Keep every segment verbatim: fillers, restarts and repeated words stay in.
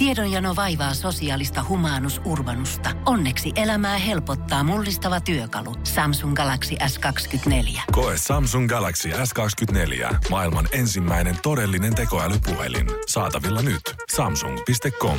Tiedonjano vaivaa sosiaalista humanus urbanusta. Onneksi elämää helpottaa mullistava työkalu. Samsung Galaxy S kaksikymmentäneljä. Koe Samsung Galaxy S kaksikymmentäneljä. Maailman ensimmäinen todellinen tekoälypuhelin. Saatavilla nyt. Samsung piste com.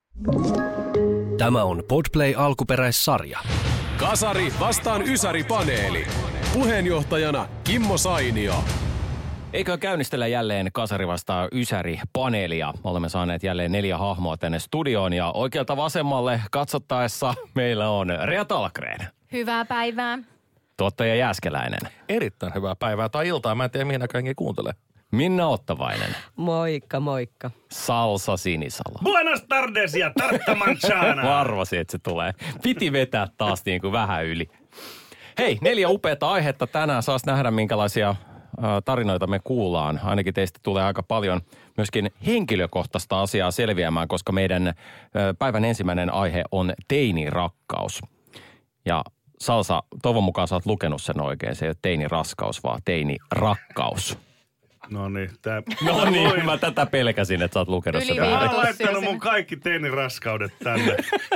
Tämä on Podplay alkuperäissarja. Kasari vastaan Ysäri-paneeli. Puheenjohtajana Kimmo Sainio. Eikö käynnistellä jälleen Kasari vastaan Ysäri-paneelia? Olemme saaneet jälleen neljä hahmoa tänne studioon ja oikealta vasemmalle katsottaessa meillä on Rea Talkreen. Hyvää päivää. Tuottaja Jääskeläinen. Erittäin hyvää päivää tai iltaa. Mä en tiedä, mihin näköjään kuuntele. Minna Ottavainen. Moikka, moikka. Salsa Sinisalo. Buenas tardes ja tartta manchana. Mä arvasin, että se tulee. Piti vetää taas niin kuin vähän yli. Hei, neljä upeata aihetta tänään. Saas nähdä, minkälaisia tarinoita me kuullaan. Ainakin teistä tulee aika paljon myöskin henkilökohtaista asiaa selviämään, koska meidän päivän ensimmäinen aihe on teinirakkaus. Ja Salsa, toivon mukaan sä oot lukenut sen oikein. Se ei ole teiniraskaus, vaan teinirakkaus. No niin. Tää... No niin, mä tätä pelkäsin, että sä oot lukenut sen. Mä oon laittanut mun kaikki teiniraskaudet tänne.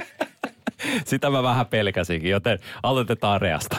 Sitä mä vähän pelkäsinkin, joten aloitetaan Reasta.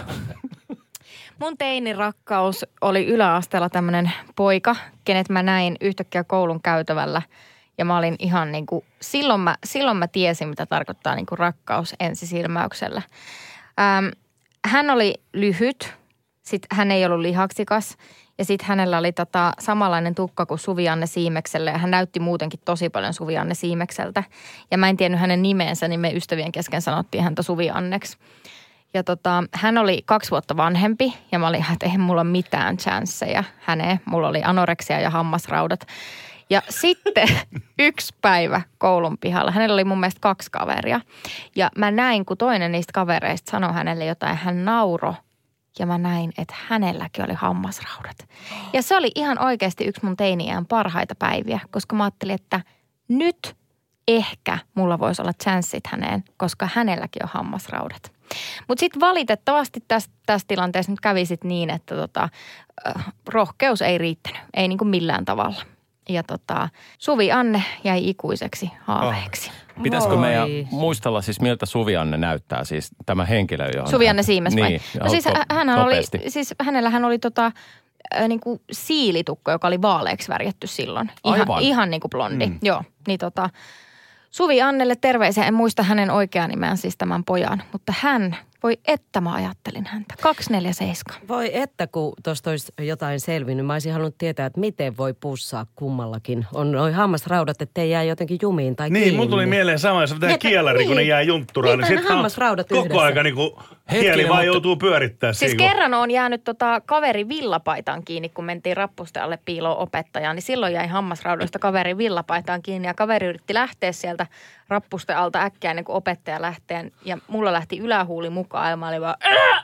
Mun teinirakkaus oli yläasteella tämmönen poika, kenet mä näin yhtäkkiä koulun käytävällä. Ja mä olin ihan niin kuin, silloin mä, silloin mä tiesin, mitä tarkoittaa niin kuin rakkaus ensisilmäyksellä. Ähm, hän oli lyhyt, sit hän ei ollut lihaksikas ja sit hänellä oli tota samanlainen tukka kuin Suvi-Anne Siimekselle ja hän näytti muutenkin tosi paljon Suvi-Anne Siimekseltä. Ja mä en tiennyt hänen nimeensä, niin me ystävien kesken sanottiin häntä Suvi-Anneksi. Ja tota, hän oli kaksi vuotta vanhempi ja mä olin, että eihän mulla ole mitään chanceja häneen. Mulla oli anoreksia ja hammasraudat. Ja sitten yksi päivä koulun pihalla, hänellä oli mun mielestä kaksi kaveria. Ja mä näin, kun toinen niistä kavereista sanoi hänelle jotain, hän nauroi. Ja mä näin, että hänelläkin oli hammasraudat. Ja se oli ihan oikeasti yksi mun teini-iän parhaita päiviä, koska mä ajattelin, että nyt ehkä mulla voisi olla chanssit häneen, koska hänelläkin on hammasraudat. Mutta sitten valitettavasti tässä, tässä tilanteessa nyt kävi sit niin, että tota, äh, rohkeus ei riittänyt, ei niinku millään tavalla. Ja tota, Suvi-Anne jäi ikuiseksi haaveeksi. Oh. Pitäisikö meidän muistella siis, miltä Suvi-Anne näyttää, siis tämä henkilö, johon... Suvi-Anne Siimes vai? Niin, no siis, hän oli, siis hänellähän oli tota, äh, niinku siilitukko, joka oli vaaleeksi värjätty silloin. Ihan, Aivan. ihan niinku blondi, mm. joo. Niin tota, Suvi-Annelle terveisiä, en muista hänen oikeaa nimeään siis tämän pojan, mutta hän... Voi että mä ajattelin häntä. kaksi neljä seitsemän. Voi että kun tuosta olisi jotain selvinnyt. Mä olisin halunnut tietää, että miten voi pussaa kummallakin. On noi hammasraudat, ettei jää jotenkin jumiin tai niin, kiinni. Niin, mun tuli mieleen sama, jos pitää kielari, niin, kun ne jää juntturaan. Niin, niin sit hammasraudat koko yhdessä. aika niinku kieli vaan joutuu pyörittää siis siinä. Kerran on jäänyt tota kaveri villapaitaan kiinni, kun mentiin rappusten alle piiloon opettajaan. Niin silloin jäi hammasraudoista kaveri villapaitaan kiinni ja kaveri yritti lähteä sieltä rappusten alta äkkiä ennen kuin opettaja lähtee. Ja mulla lähti ylähuuli mukaan ja mä olin vaan...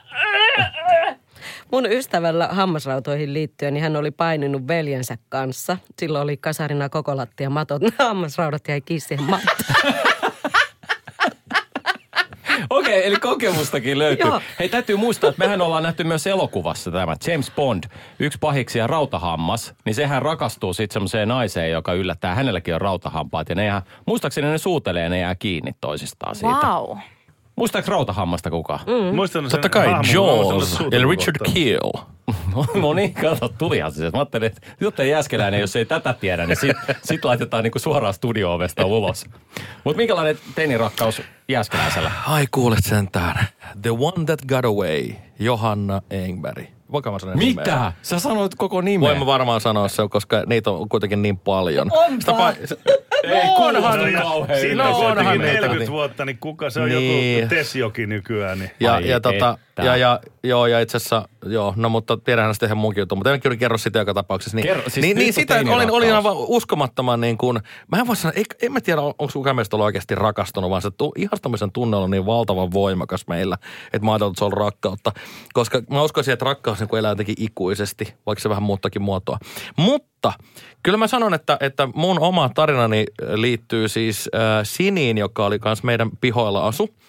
Mun ystävällä hammasrautoihin liittyen, niin hän oli paininut veljensä kanssa. Silloin oli kasarina koko lattia matot. Hammasraudat jäi kiinni mattoon. Okei, okay, eli kokemustakin löytyy. Hei, täytyy muistaa, että mehän ollaan nähty myös elokuvassa tämä James Bond, yksi pahiksi ja rautahammas, niin sehän rakastuu sitten semmoiseen naiseen, joka yllättää, hänelläkin on rautahampaat ja ne jää, muistaakseni ne suutelee ja ne jää kiinni toisistaan siitä. Wow. Muistaaks rautahammasta kukaan? Mm. Muistan sen Totta kai Jaws ja Richard Kiel. No niin, kato, tulihan se. Mä ajattelin, että jotta Jääskeläinen, jos ei tätä tiedä, niin sit, sit laitetaan niinku suoraan studio-ovesta ulos. Mutta minkälainen teinirakkaus Jääskeläisellä? Ai kuulet sentään. The one that got away. Johanna Engberg. Voinko mä sanoa nimeä? Mitä? Sä sanoit koko nimeä. Voin mä varmaan sanoa se, koska niitä on kuitenkin niin paljon. Onpa! Pa- Ei, onhan kauhean. Siinä No, on onhan kuitenkin niitä. neljäkymmentä vuotta, niin kuka se on Niin. joku Tesjoki nykyään. Niin. Ja, Ai ja, tota, että. ja, ja, joo, ja itse asiassa, joo, no mutta tiedänhän sitten ihan munkin juttu, mutta en kyllä kerro sitä joka tapauksessa. Niin, Kerro, siis niin, niin nyt on sitä olin, teinirakkaus. olin aivan uskomattoman niin kuin, mä en voi sanoa, ei, en mä tiedä, onko kukaan meistä ollut oikeasti rakastunut, vaan se tu, ihastumisen tunne on niin valtavan voimakas meillä, että mä ajattelin, että se on rakkautta. Koska mä uskoisin, että rakkaus niin kuin elää jotenkin ikuisesti, vaikka se vähän muuttakin muotoa. Mutta kyllä mä sanon, että, että mun oma tarinani liittyy siis äh, Siniin, joka oli kans meidän pihoilla asu.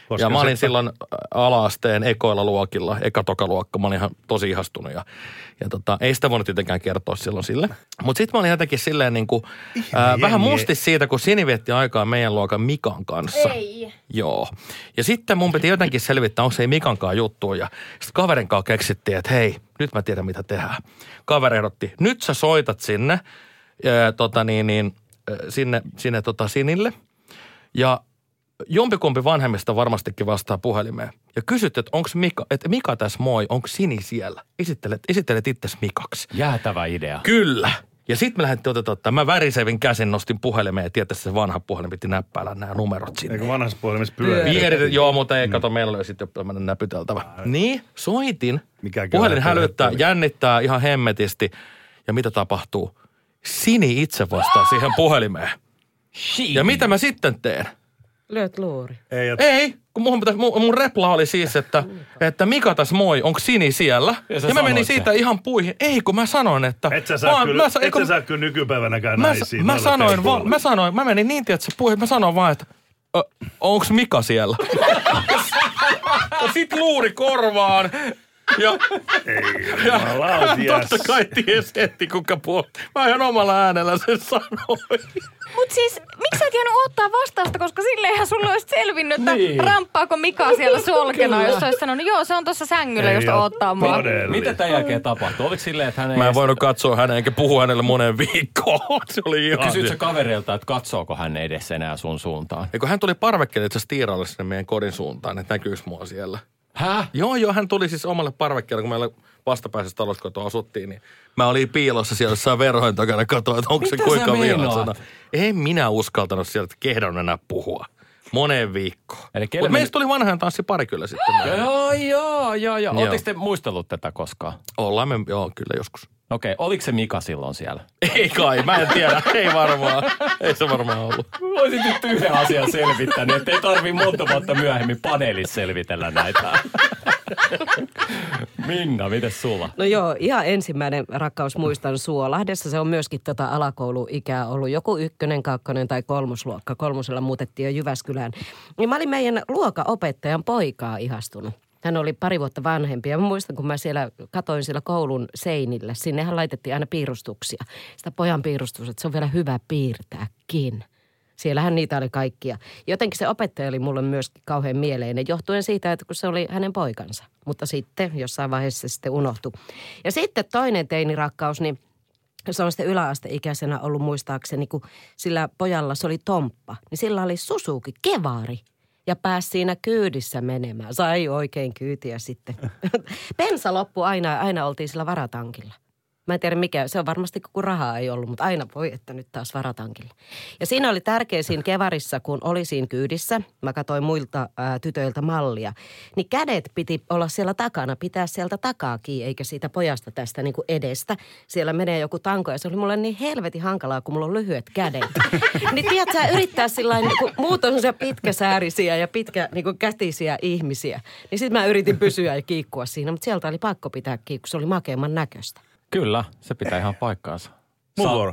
Koska ja mä olin se... silloin ala-asteen ekoilla luokilla, eka-tokaluokka, mä olin ihan tosi ihastunut ja, ja tota, ei sitä voinut tietenkään kertoa silloin sille. Mutta sitten mä olin jotenkin silleen niin kuin, ää, vähän mustis siitä, kun Sini vietti aikaa meidän luokan Mikan kanssa. Ei. Joo. Ja sitten mun piti jotenkin selvittää, onko se ei Mikankaan juttu. Ja sitten kaverin kanssa keksittiin, että hei, nyt mä tiedän mitä tehdään. Kaveri ehdotti, nyt sä soitat sinne, ää, tota niin, niin, sinne, sinne tota Sinille. Ja jompikumpi vanhemmista varmastikin vastaa puhelimeen. Ja kysyt, että onko Mika, että Mika tässä moi, onko Sini siellä? Esittelet, esittelet itsesi Mikaksi. Jäätävä idea. Kyllä. Ja sitten me lähdettiin otetaan, että mä värisevin käsin nostin puhelimeen ja tietysti se vanha puhelin piti näppäillä nämä numerot sinne. Eikö vanhassa puhelimessa pyöriä? Pyöri. Joo, mutta ei, kato, meillä oli sitten jo tämmöinen näpyteltävä. Niin, soitin. Mikä puhelin hälyttää, jännittää ihan hemmetisti. Ja mitä tapahtuu? Sini itse vastaa siihen puhelimeen. Ja mitä mä sitten teen? Lyöt luuri. Ei, et... Ei, kun mun, pitäisi, mun, mun repla oli siis, että, että Mika tässä moi, onko Sini siellä? Ja, ja mä menin siitä se. ihan puihin. Ei, kun mä sanoin, että... Et sä saa, vaan, kyllä, mä, et kun, sä saa kyllä nykypäivänäkään mä, naisia. Mä sanoin, va, mä sanoin, mä menin niin, että se puhui, että mä sanoin vaan, että onko Mika siellä? Ja sit luuri korvaan. Ja, ei, ja totta kai tiesi heti, kuka puhuu. Mä ihan omalla äänellä sen sanoin. Mut siis, miksi sä et jäänyt odottaa vastausta, koska silleenhän sulla olisi selvinnyt, että niin. ramppaako Mika siellä solkena, jos olisi sanonut, joo, se on tuossa sängyllä, josta odottaa mua. Mitä tämän jälkeen tapahtui? Oliko silleen, että hän ei... Mä en voinut katsoa häneen, enkä puhua hänelle monen viikkoon. Se oli ihan... Kysyit sä kaverilta, että katsooko hän edes enää sun suuntaan? Eikö hän tuli parvekkeelle itse asiassa tiiraalle sinne meidän kodin suuntaan, että näkyisi mua siellä. Häh? Joo, joo, hän tuli siis omalle parvekkeelle, kun meillä vastapäisessä talouskotoa asuttiin, niin mä olin piilossa siellä jossain verhojen takana ja katsoin, että onko se kuinka viilaisena. En minä uskaltanut sieltä kehdon enää puhua. Moneen viikkoon. Mutta men... meistä tuli vanhaan tanssi pari kyllä sitten. Joo, joo, joo, joo. Oletteko te muistellut tätä koskaan? Ollaan me, joo, kyllä joskus. Okei, okay. Oliko se Mika silloin siellä? Ei kai, mä en tiedä. Ei varmaan. Ei se varmaan ollut. Voisit nyt yhden asian selvittänyt, että ei tarvii monta vuotta myöhemmin paneelissa selvitellä näitä. Minna, mites sulla? No joo, ihan ensimmäinen rakkaus muistan Suolahdessa. Se on myöskin tota alakouluikää ollut. Joku ykkönen, kakkonen tai kolmosluokka. Kolmosella muutettiin jo Jyväskylään. Niin mä olin meidän luokaopettajan poikaa ihastunut. Hän oli pari vuotta vanhempi ja mä muistan, kun mä siellä katoin siellä koulun seinillä. Sinnehän laitettiin aina piirustuksia. Sitä pojan piirustus, että se on vielä hyvä piirtääkin. Siellähän niitä oli kaikkia. Jotenkin se opettaja oli mulle myöskin kauhean mieleinen, johtuen siitä, että kun se oli hänen poikansa. Mutta sitten jossain vaiheessa se sitten unohtui. Ja sitten toinen teinirakkaus, niin se on sitten yläasteikäisenä ollut muistaakseni, kun sillä pojalla se oli Tomppa. Niin sillä oli Suzuki, Kevari. Ja pääsi siinä kyydissä menemään. Sai oikein kyytiä sitten. Bensa loppui aina, aina oltiin sillä varatankilla. Mä en tiedä mikä, se on varmasti kun rahaa ei ollut, mutta aina voi, että nyt taas varatankilla. Ja siinä oli tärkeä siinä Kevarissa, kun oli siinä kyydissä, mä katsoin muilta ää, tytöiltä mallia, niin kädet piti olla siellä takana, pitää sieltä takaakin, eikä siitä pojasta tästä niin kuin edestä. Siellä menee joku tanko ja se oli mulle niin helvetin hankalaa, kun mulla on lyhyet kädet. Niin tiedät sä, yrittää sillä niin kun muut on sellaisia pitkäsäärisiä ja pitkä niin kuin kätisiä ihmisiä. Niin sit mä yritin pysyä ja kiikkua siinä, mutta sieltä oli pakko pitää kiikkua, se oli makeamman näköistä. Kyllä, se pitää ihan paikkaansa. Mun vuoro.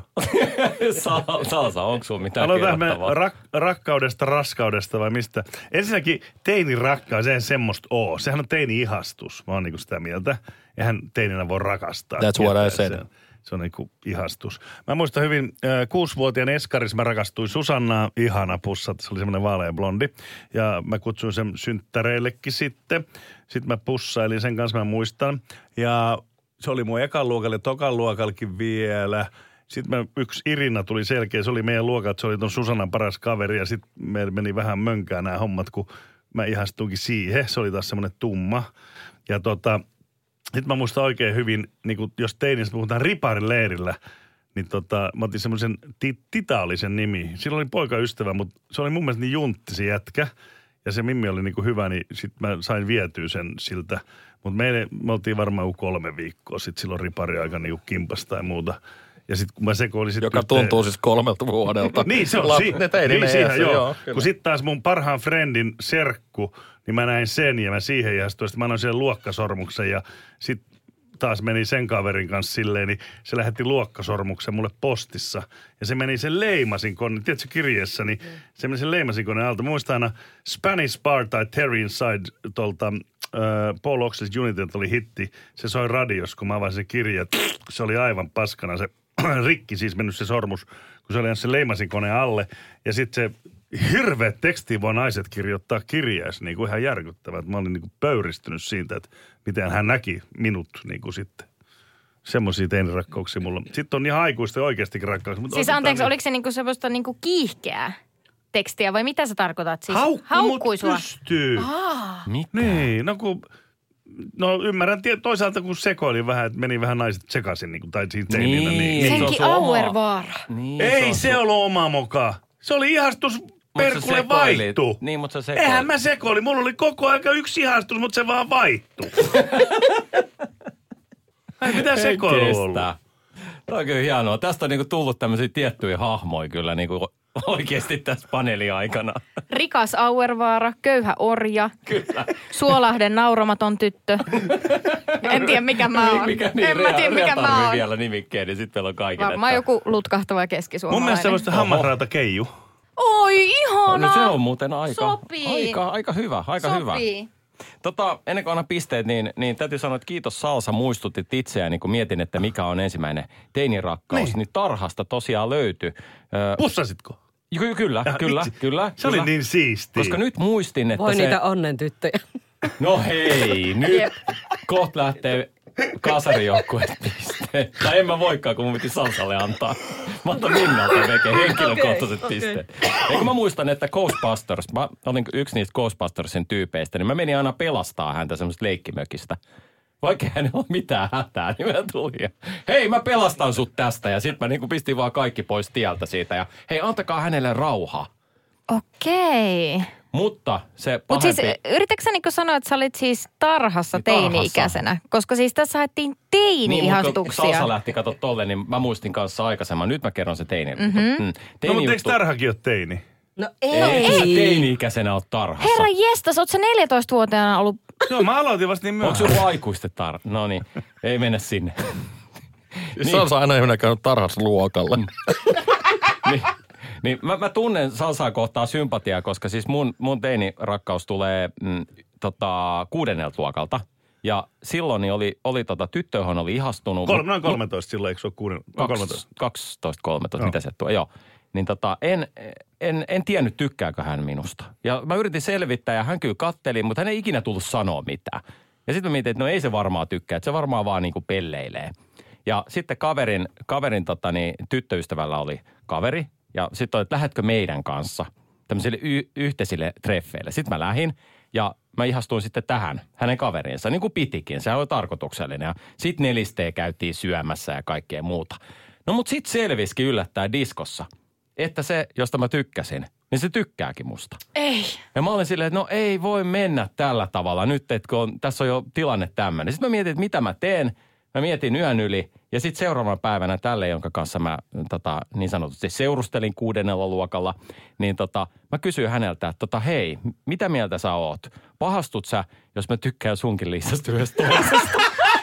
Salsa, onko sulla mitään Aloitetaan kerrottavaa? rak- rakkaudesta, raskaudesta vai mistä? Ensinnäkin teini rakkaus, eihän semmoista oo. Sehän on teini-ihastus. Mä oon niinku sitä mieltä. Eihän teininä voi rakastaa. That's what I said. Se, se on niinku ihastus. Mä muistan hyvin, äh, kuusivuotiaan eskaris mä rakastuin Susannaan. Ihana pussat, se oli semmoinen vaalea blondi. Ja mä kutsuin sen synttäreillekin sitten. Sitten mä pussailin sen kanssa, mä muistan. Ja se oli mun ekan luokalle, tokan luokallakin vielä. Sitten mä, yksi Irina tuli selkeä, se oli meidän luokalta, se oli ton Susannan paras kaveri. Ja sitten meillä meni vähän mönkään nämä hommat, kun mä ihastuinkin siihen. Se oli taas semmoinen tumma. Ja tota, sitten mä muistan oikein hyvin, niin kun, jos teinissä puhutaan riparileirillä, niin tota, mä otin semmoisen, Tita oli sen nimi. Sillä oli poikaystävä, mutta se oli mun mielestä niin juntti se jätkä. Ja se Mimmi oli niin kuin hyvä, niin sitten mä sain vietyä sen siltä. Mutta me, me oltiin varmaan kolme viikkoa sitten silloin ripariaika niin kuin kimpas tai muuta. Ja sitten kun mä sekoilin... Sit joka yhteen... tuntuu siis kolmelta vuodelta. niin se on. La- si- ne teini niin siihen, joo. joo kun sitten taas mun parhaan friendin serkku, niin mä näin sen ja mä siihen ihastuin. Sitten mä annoin sen luokkasormuksen ja sitten taas meni sen kaverin kanssa silleen, niin se lähetti luokkasormuksen mulle postissa. Ja se meni sen leimasinkonne, tiedätkö kirjeessä, niin se meni sen leimasinkonne alta. Muistan aina Spanish Bar tai Terry Inside tuolta äh, Paul Oxley's Unityt oli hitti. Se soi radios, kun mä avasin sen kirjeen. Se oli aivan paskana, se rikki siis mennyt se sormus, kun se oli se leimasinkone alle. Ja sitten se hirveät tekstiin voi naiset kirjoittaa kirjeessä, niin kuin ihan järkyttävät. Mä olin niin kuin pöyristynyt siitä, että miten hän näki minut niin kuin sitten. Semmoisia teinirakkauksia mulla. Sitten on ihan aikuisten oikeastikin rakkauksia. Siis anteeksi, niin... oliko se niinku semmoista niinku kiihkeää tekstiä vai mitä sä tarkoitat? Siis Haukku haukkui sua? pystyy. Aa. Mitä? Niin, no kun... No ymmärrän toisaalta, kun sekoilin vähän, että meni vähän naiset sekaisin, niin kuin, tai siinä teininä. Niin, niin. Senkin se oma- Auervaara. Niin, Ei se, se ollut oma moka. Se oli ihastus perkulle vaihtu. Niin, mutta sä sekoilit. Eihän mä sekoilin. Mulla oli koko aika yksi ihastus, mutta se vaan vaihtui. Ei mitään sekoilua ollut. Tämä on kyllä hienoa. Tästä on niinku tullut tämmöisiä tiettyjä hahmoja kyllä niinku oikeasti tässä paneelin aikana. Rikas Auervaara, köyhä orja. Kyllä. Suolahden nauramaton tyttö. En tiedä mikä mä oon. Mikä niin, en mä tiedä mikä mä oon. vielä nimikkeen, niin sitten meillä on kaikille. Varmaan joku lutkahtava keskisuomalainen. Mun mielestä sellaista hammasraata keiju. Oi, ihana. No se on muuten aika, Sopii. aika, aika hyvä, aika Sopii. hyvä. Tota, ennen kuin annan pisteet, niin, niin täytyy sanoa, että kiitos Salsa, muistutit itseäni, kun mietin, että mikä on ensimmäinen teinirakkaus. Niin, niin tarhasta tosiaan löytyi. Ö, Pussasitko? Ky- kyllä, Ja, kyllä, itse. kyllä. Se kyllä. oli niin siistiä. Koska nyt muistin, että Voi se... niitä onnen tyttöjä. No hei, nyt Jep. kohta lähtee kasarijoukkueet pisteet. Tai en mä voikaan, kun mun piti Salsalle antaa. Mä otan Minnalta veke henkilökohtaiset okay, pisteet. Okay. Eikö mä muistan, että Ghostbusters, mä olin yksi niistä Ghostbustersin tyypeistä, niin mä menin aina pelastaa häntä semmoista leikkimökistä. Vaikka hänellä ole mitään hätää, niin mä tulin ja hei, mä pelastan sut tästä. Ja sit mä niinku pistin vaan kaikki pois tieltä siitä ja hei, antakaa hänelle rauha. Okei. Mutta se Mutta siis pahempi... yritätkö sä niinku sanoa, että sä olit siis tarhassa Niin, tarhassa. teini-ikäisenä? Koska siis tässä haettiin Niin, mutta kun teini-ihastuksia. Salsa lähti kato tolle, niin mä muistin kanssa aikaisemman. Nyt mä kerron se teini. Mhm. Mm. No Teini mutta eikö juttu... tarhakin ole teini? No Ei, ei. sä teini-ikäisenä oot tarhassa. Herra jestas, oot sä neljätoistavuotiaana ollut... Joo, mä aloitin vasta niin Onko myöhään. sulla aikuisten tar... No niin, ei mennä sinne. Niin. Salsa aina ihminen käynyt tarhassa luokalla. niin, niin mä, mä tunnen Salsaa kohtaa sympatiaa, koska siis mun, mun teini-rakkaus tulee mm, tota, kuudennelta luokalta. Ja silloin niin oli, oli tota, tyttö, johon oli ihastunut. Kol- noin kolmetoista silloin, eikö se ole kuuden? kolmetoista. kaksitoista kolmetoista, Joo. mitä se tuo, joo. Niin tota, en, en, en tiennyt, tykkääkö hän minusta. Ja mä yritin selvittää ja hän kyllä katteli, mutta hän ei ikinä tullut sanoa mitään. Ja sitten mä mietin, että no ei se varmaan tykkää, että se varmaan vaan niinku pelleilee. Ja sitten kaverin, kaverin tota, niin, tyttöystävällä oli kaveri. Ja sitten oli, että lähdetkö meidän kanssa tämmöisille y- yhteisille treffeille. Sitten mä lähdin ja mä ihastuin sitten tähän hänen kaveriinsa, niin kuin pitikin. Se oli tarkoituksellinen. Ja sitten nelisteen käytiin syömässä ja kaikkea muuta. No mut sitten selvisikin yllättäen diskossa, että se, josta mä tykkäsin, niin se tykkääkin musta. Ei. Ja mä olin silleen, että no ei voi mennä tällä tavalla nyt, että kun on, tässä on jo tilanne tämmöinen. Sitten mä mietin, että mitä mä teen. Mä mietin yön yli ja sitten seuraavana päivänä tälle, jonka kanssa mä tota, niin sanotusti seurustelin kuudennella luokalla, niin tota, mä kysyin häneltä, että tota, hei, mitä mieltä sä oot? Pahastut sä, jos mä tykkään sunkin Liisasta yhdestä toisesta?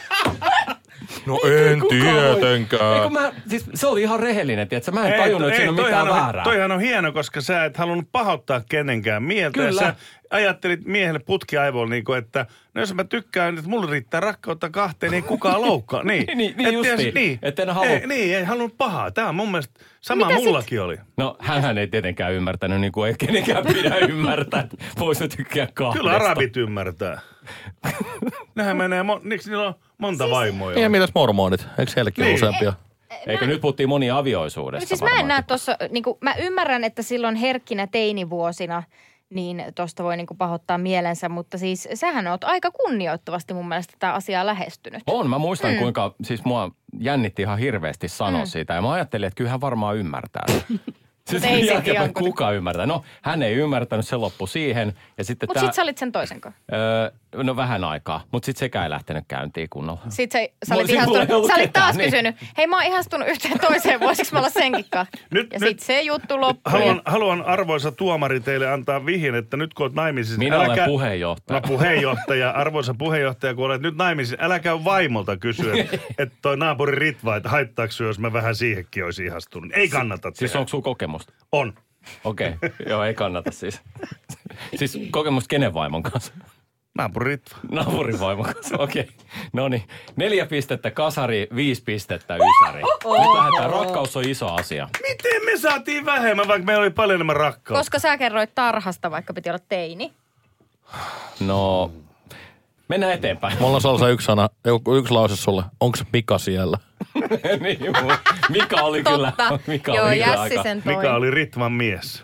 No en tietenkään. Eikö mä, siis se oli ihan rehellinen, tietsä, mä en tajunnut, että siinä on mitään on, väärää. Toihan on hieno, koska sä et halunnut pahoittaa kenenkään mieltä. Kyllä. Ja sä ajattelit miehelle putkiaivoilla, niin kuin, että no jos mä tykkään, että mulla riittää rakkautta kahteen, niin kukaan loukkaa. Niin, niin, niin Et justiin. tiedä, niin. Että en halua- Ei, niin, ei halunnut pahaa. Tämä on mun mielestä, sama Mitä mullakin sit? oli. No hänhän ei tietenkään ymmärtänyt, niin kuin ei kenenkään pidä ymmärtää, että vois mä tykkää kahdesta. Kyllä arabit ymmärtää. Nehän menee, mo- niiksi niillä on monta siis, vaimoa. Ja mitäs mormonit? Eikö heillekin Niin. ole useampia? Eikö nyt puhuttiin moni avioisuudesta Siis mä en varmaankin. näe tuossa, niinku, mä ymmärrän, että silloin herkkinä teinivuosina, niin tuosta voi niinku pahoittaa mielensä, mutta siis sähän oot aika kunnioittavasti mun mielestä tätä asiaa lähestynyt. On, mä muistan mm. kuinka, siis mua jännitti ihan hirveästi sanoa mm. siitä ja mä ajattelin, että kyllähän varmaan ymmärtää. Siis ei se jälkeenpäin ihan kuka ymmärtää. No, hän ei ymmärtänyt, se loppui siihen. Mutta tää... sit sä olit sen toisen kanssa. Öö, no vähän aikaa, mutta sit sekään ei lähtenyt käyntiin kunnolla. Sitten sä, sä olit, ihastunut, sä olit taas niin. kysynyt, hei mä oon ihastunut yhteen toiseen, voisiko mä olla senkin kanssa? Nyt, ja nyt, sit se juttu loppui. Haluan, haluan arvoisa tuomari teille antaa vihjen, että nyt kun olet naimisissa... Minä äläkä... olen puheenjohtaja. No puheenjohtaja, arvoisa puheenjohtaja, kun olet nyt naimisissa, älä käy vaimolta kysyä, että et toi naapuri Ritva, että haittaako jos mä vähän siihenkin olisi ihastunut. Ei kannata. Siis onko sulla kokemusta? On. Okei, okay. Joo, ei kannata siis. Siis kokemusta kenen vaimon kanssa? Naapuri Ritva. Naapurin vaimon kanssa, okei. Okay. No niin, neljä pistettä kasari, viisi pistettä ysäri. Nyt lähdetään, rakkaus on iso asia. Miten me saatiin vähemmän, vaikka meillä oli paljon enemmän rakkautta? Koska sä kerroit tarhasta, vaikka piti olla teini. No, mennään eteenpäin. Mulla on Salsa yksi sana, yksi lause sulle. Onks Mika siellä? Niin, Mika oli kyllä. Mika Joo, oli Jässi sen toi. Mika oli Ritvan mies.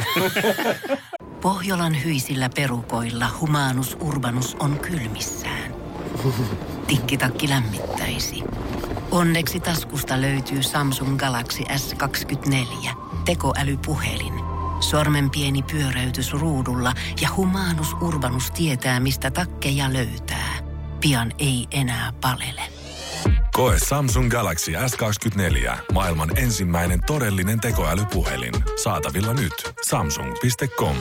Pohjolan hyisillä perukoilla Humanus Urbanus on kylmissään. Tikkitakki lämmittäisi. Onneksi taskusta löytyy Samsung Galaxy S kaksikymmentäneljä. Tekoälypuhelin. Sormen pieni pyöräytys ruudulla ja Humanus Urbanus tietää, mistä takkeja löytää. Pian ei enää palele. Koe Samsung Galaxy S kaksikymmentäneljä. Maailman ensimmäinen todellinen tekoälypuhelin. Saatavilla nyt. samsung piste com.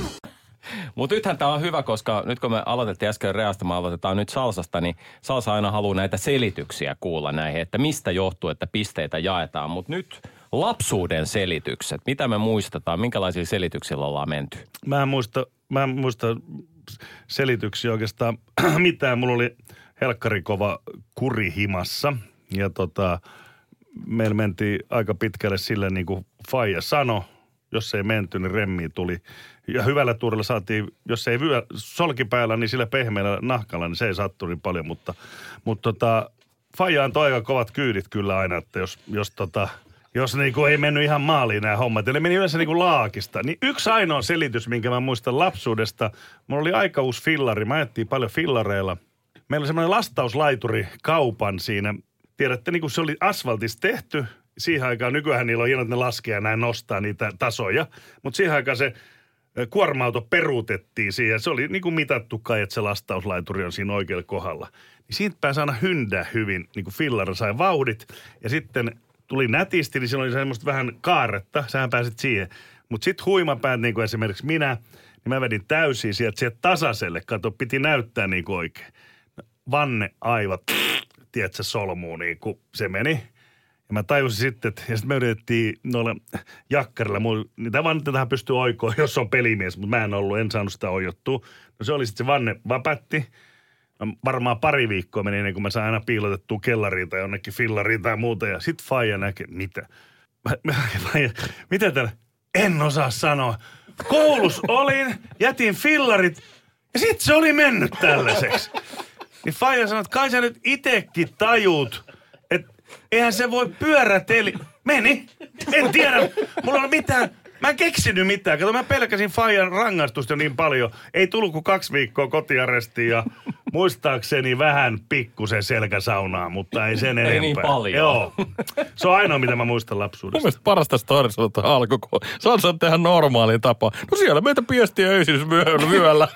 Mutta nythän tämä on hyvä, koska nyt kun me aloitettiin äsken Reasta, me aloitetaan nyt Salsasta, niin Salsa aina haluaa näitä selityksiä kuulla näihin, että mistä johtuu, että pisteitä jaetaan. Mutta nyt lapsuuden selitykset. Mitä me muistetaan? Minkälaisilla selityksillä ollaan menty? Mä en muista, mä en muista selityksiä oikeastaan mitään. Mulla oli helkkarikova kuri himassa ja tota, meillä mentiin aika pitkälle sille niin kuin faija sanoi. Jos ei menty, niin remmiä tuli. Ja hyvällä tuurilla saatiin, jos ei vyö solkipäällä, niin sillä pehmeällä nahkalla, niin se ei sattu niin paljon. Mutta, mutta tota, faija antoi aika kovat kyydit kyllä aina, että jos, jos, tota, jos niinku ei mennyt ihan maaliin nämä hommat. Eli meni yleensä niinku laakista. Niin yksi ainoa selitys, minkä mä muistan lapsuudesta, mulla oli aika uusi fillari. Mä ajettiin paljon fillareilla. Meillä oli semmoinen lastauslaituri kaupan siinä. Tiedätte, niin kuin se oli asfaltista tehty. Siihen aikaan, nykyään niillä on hienoa, että ne laskee ja näin nostaa niitä tasoja. Mutta siihen aikaan se kuorma-auto peruutettiin siihen. Se oli niin kuin mitattu kai, että se lastauslaituri on siinä oikealla kohdalla. Niin siitä pääsi aina hyndää hyvin, niin kuin fillari sai vauhdit. Ja sitten tuli nätisti, niin siinä oli semmoista vähän kaaretta. Sähän pääsit siihen. Mutta sitten huimapäät, niin kuin esimerkiksi minä, niin mä vedin täysin sieltä, sieltä tasaiselle. Kato, piti näyttää niin kuin oikein. Vanne aivat, tiedätkö, solmuu niin kuin se meni. Ja mä tajusin sitten, että ja sitten me yritettiin noilla jakkarilla, niitä vannettahan pystyy oikoon, jos on pelimies, mutta mä en ollut, en saanut sitä oijottua. No se oli sitten se vanne vapatti. Varmaan pari viikkoa meni ennen kuin mä sain aina piilotettua kellariin tai jonnekin fillariin tai muuta. Ja sitten faija näkee, mitä? Mä, faija, mitä täällä? En osaa sanoa. Koulus olin, jätin fillarit ja sitten se oli mennyt tällaiseksi. Niin faija sanoi, että kai sä nyt itekin tajuut, että eihän se voi pyöräteli. Meni. En tiedä. Mulla on mitään. Mä en keksinyt mitään. Kato, mä pelkäsin faijan rangaistusta niin paljon. Ei tullut kuin kaksi viikkoa kotiarestiin ja muistaakseni vähän pikkusen selkäsaunaa, mutta ei sen enempää. Ei niin paljon. Joo. Se on ainoa, mitä mä muistan lapsuudesta. Mun mielestä parasta storissa on tuohon alkuun. Sä tehdä normaaliin tapaan. No siellä meitä piestiä öisin vyöllä.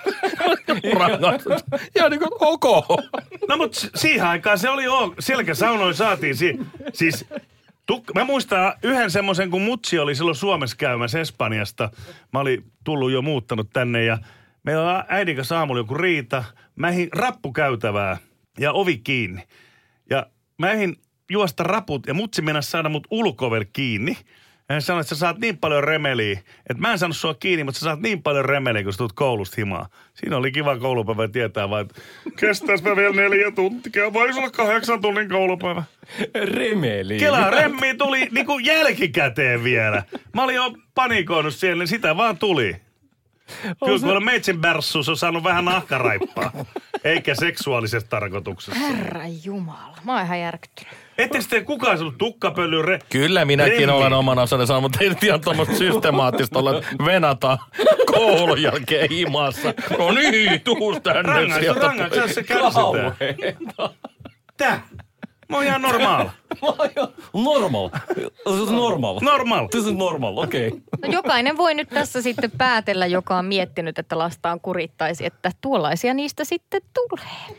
Ja niin kuin, ok. No mutta siihen aikaan se oli ok. Selkäsaunoin saatiin si- siis... Tuk- mä muistan yhden semmoisen, kun mutsi oli silloin Suomessa käymässä Espanjasta. Mä olin tullut jo muuttanut tänne ja meillä oli äidin kanssa aamulla joku riita. Mä ehdin rappukäytävää ja ovi kiinni. Ja mä ehdin juosta raput ja mutsi mennä saada mut ulkovel kiinni. Ja hän sanoi, että sä saat niin paljon remeliä, että mä en saanut sua kiinni, mutta sä saat niin paljon remeliä, kun sä tulet koulusta himaa. Siinä oli kiva koulupäivä tietää vaan, että kestäis mä vielä neljä tuntia, voisi olla kahdeksan tunnin koulupäivä. Remeli. Kela, remmi tuli niinku jälkikäteen vielä. Mä olin jo panikoinut siellä, niin sitä vaan tuli. Kyllä se... kun meitsin bärssuus on saanut vähän nahkaraippaa, eikä seksuaalisessa tarkoituksessa. Herra Jumala, mä oon ihan järkyttynyt. Ette sitten kukaan saanut tukkapölyä re... Kyllä minäkin remmi. Olen oman osani saanut, mutta ei ihan tuommoista systemaattista olla venata koulun jälkeen himassa. No niin, tuus tänne. Rangaista, rangaista, se kärsitään. Tää. Mä oon ihan normaal. Normal. Normal. Normal. This is normal, okei. Okay. No jokainen voi nyt tässä sitten päätellä, joka on miettinyt, että lastaan kurittaisi, että tuollaisia niistä sitten tulee.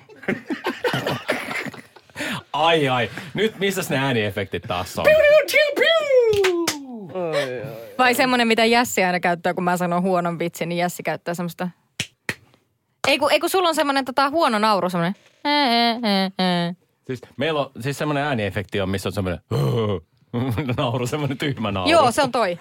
Ai ai. Nyt missäs ne ääniefektit taas on? Vai semmoinen, mitä Jässi aina käyttää, kun mä sanon huonon vitsin, niin Jässi käyttää semmoista. Ei kun, ei kun sulla on semmoinen tota, huono nauru, semmoinen. Siis meillä on siis semmoinen ääniefekti on, missä on semmoinen nauru, semmoinen tyhmä nauru. Joo, se on toi.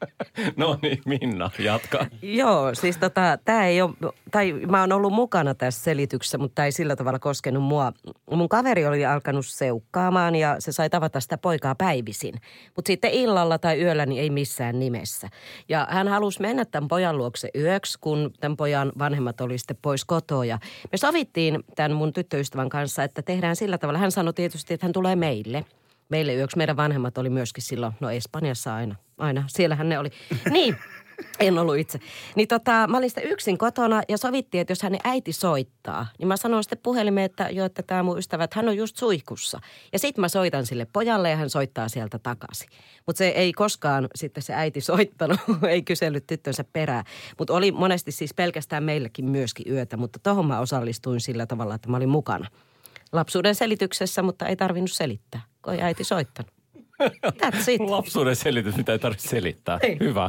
No niin, Minna, jatka. Joo, siis tota, tää ei ole, tai mä oon ollut mukana tässä selityksessä, mutta tää ei sillä tavalla koskenut mua. Mun kaveri oli alkanut seukkaamaan ja se sai tavata sitä poikaa päivisin. Mutta sitten illalla tai yöllä niin ei missään nimessä. Ja hän halusi mennä tämän pojan luokse yöksi, kun tämän pojan vanhemmat oli sitten pois kotoa. Ja me sovittiin tämän mun tyttöystävän kanssa, että tehdään sillä tavalla. Hän sanoi tietysti, että hän tulee meille. Meille yöksi. Meidän vanhemmat oli myöskin silloin, no Espanjassa aina, aina, siellähän ne oli. Niin, en ollut itse. Niin tota, mä olin sitten yksin kotona ja sovittiin, että jos hänen äiti soittaa, niin mä sanoin sitten puhelimeen, että joo, että tämä mun ystävä, että hän on just suihkussa. Ja sitten mä soitan sille pojalle ja hän soittaa sieltä takaisin. Mutta se ei koskaan sitten se äiti soittanut, ei kysellyt tyttönsä perään. Mutta oli monesti siis pelkästään meilläkin myöskin yötä, mutta tohon mä osallistuin sillä tavalla, että mä olin mukana. Lapsuuden selityksessä, mutta ei tarvinnut selittää, kun ei äiti soittanut. That's it. Lapsuuden selitys, mitä ei tarvitse selittää. Ei. Hyvä.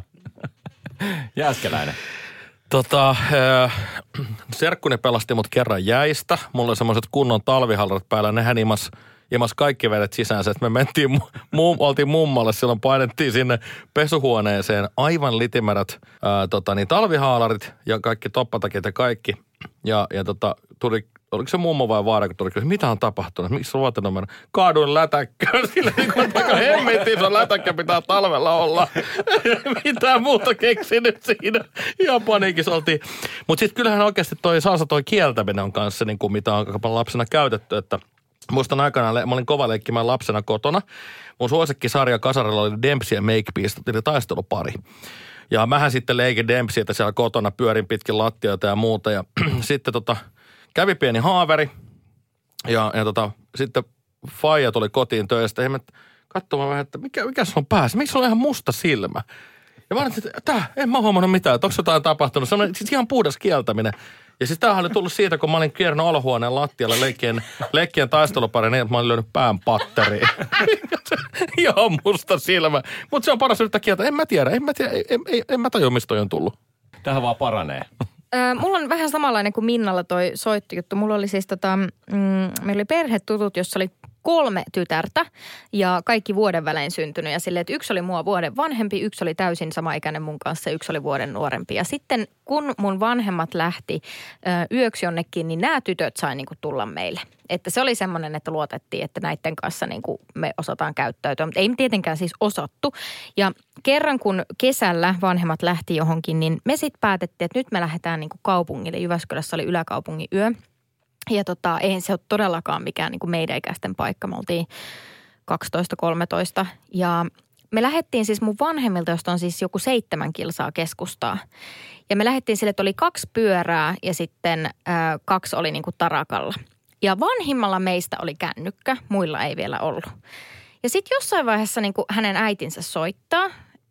Jääskeläinen. Tota, äh, serkkuni pelasti mut kerran jäistä. Mulla oli semmoiset kunnon talvihallarat päällä. Nehän imas, imas kaikki vedet sisäänsä. Et me mentiin, mu, oltiin mummalle, silloin painettiin sinne pesuhuoneeseen aivan litimärät äh, tota, niin talvihaalarit ja kaikki toppatakit ja kaikki. Ja, ja tota, tuli, oliko se mummo vai vaara, kun tuli kysyä, mitä on tapahtunut? Miksi ruotin on mennyt? Kaaduin lätäkköön. Sille kun aika hemmettiin, se lätäkkö pitää talvella olla. Mitään muuta keksinyt siinä. Ihan paniikissa oltiin. Mutta sitten kyllähän oikeasti toi Salsa toi kieltäminen on kanssa, niin kuin mitä on aika paljon lapsena käytetty. Että muistan aikanaan, mä olin kova leikkimään lapsena kotona. Mun suosikkisarja kasarilla oli Dempsey ja Makepeace, eli taistelupari. Ja mähän sitten leikin Dempseytä siellä kotona, pyörin pitkin lattioita ja muuta. Ja sitten tota, kävi pieni haaveri ja, ja tota, sitten faija tuli kotiin töistä. Ja mä katsomaan vähän, että mikä, mikä se on päässä? Miksi sulla on ihan musta silmä? Ja mä ajattelin, että tää, en mä huomannut mitään, että onko jotain tapahtunut. Se on siis ihan puhdas kieltäminen. Ja siis tämähän oli tullut siitä, kun mä olin kiernyt olohuoneen lattialle leikkien, leikkien taistelupari niin, että mä olin lyönyt pään patteriin. Ihan musta silmä. Mutta se on paras yrittää kieltä. En mä tiedä, en mä, tiedä, en, en, en mä tajua, mistä toi on tullut. Tähän vaan paranee. Ö, mulla on vähän samanlainen kuin Minnalla toi soittijuttu. Mulla oli siis tota, mm, meillä oli perhetutut, jossa oli kolme tytärtä ja kaikki vuoden välein syntynyt. Ja silleen, että yksi oli mua vuoden vanhempi, yksi oli täysin samaikäinen mun kanssa ja yksi oli vuoden nuorempi. Ja sitten kun mun vanhemmat lähti ö, yöksi jonnekin, niin nämä tytöt sai niinku tulla meille. Että se oli semmoinen, että luotettiin, että näiden kanssa niinku me osataan käyttäytyä, mutta ei tietenkään siis osattu. Ja kerran kun kesällä vanhemmat lähti johonkin, niin me sitten päätettiin, että nyt me lähdetään niinku kaupungille. Jyväskylässä oli yläkaupungin yö. Ja tota, eihän se ole todellakaan mikään niin kuin meidän ikäisten paikka. Me oltiin kaksitoista kolmetoista ja me lähdettiin siis mun vanhemmilta, josta on siis joku seitsemän kilsaa keskustaa. Ja me lähdettiin sille, että oli kaksi pyörää ja sitten ää, kaksi oli niin kuin tarakalla. Ja vanhimmalla meistä oli kännykkä, muilla ei vielä ollut. Ja sitten jossain vaiheessa niin kuin hänen äitinsä soittaa,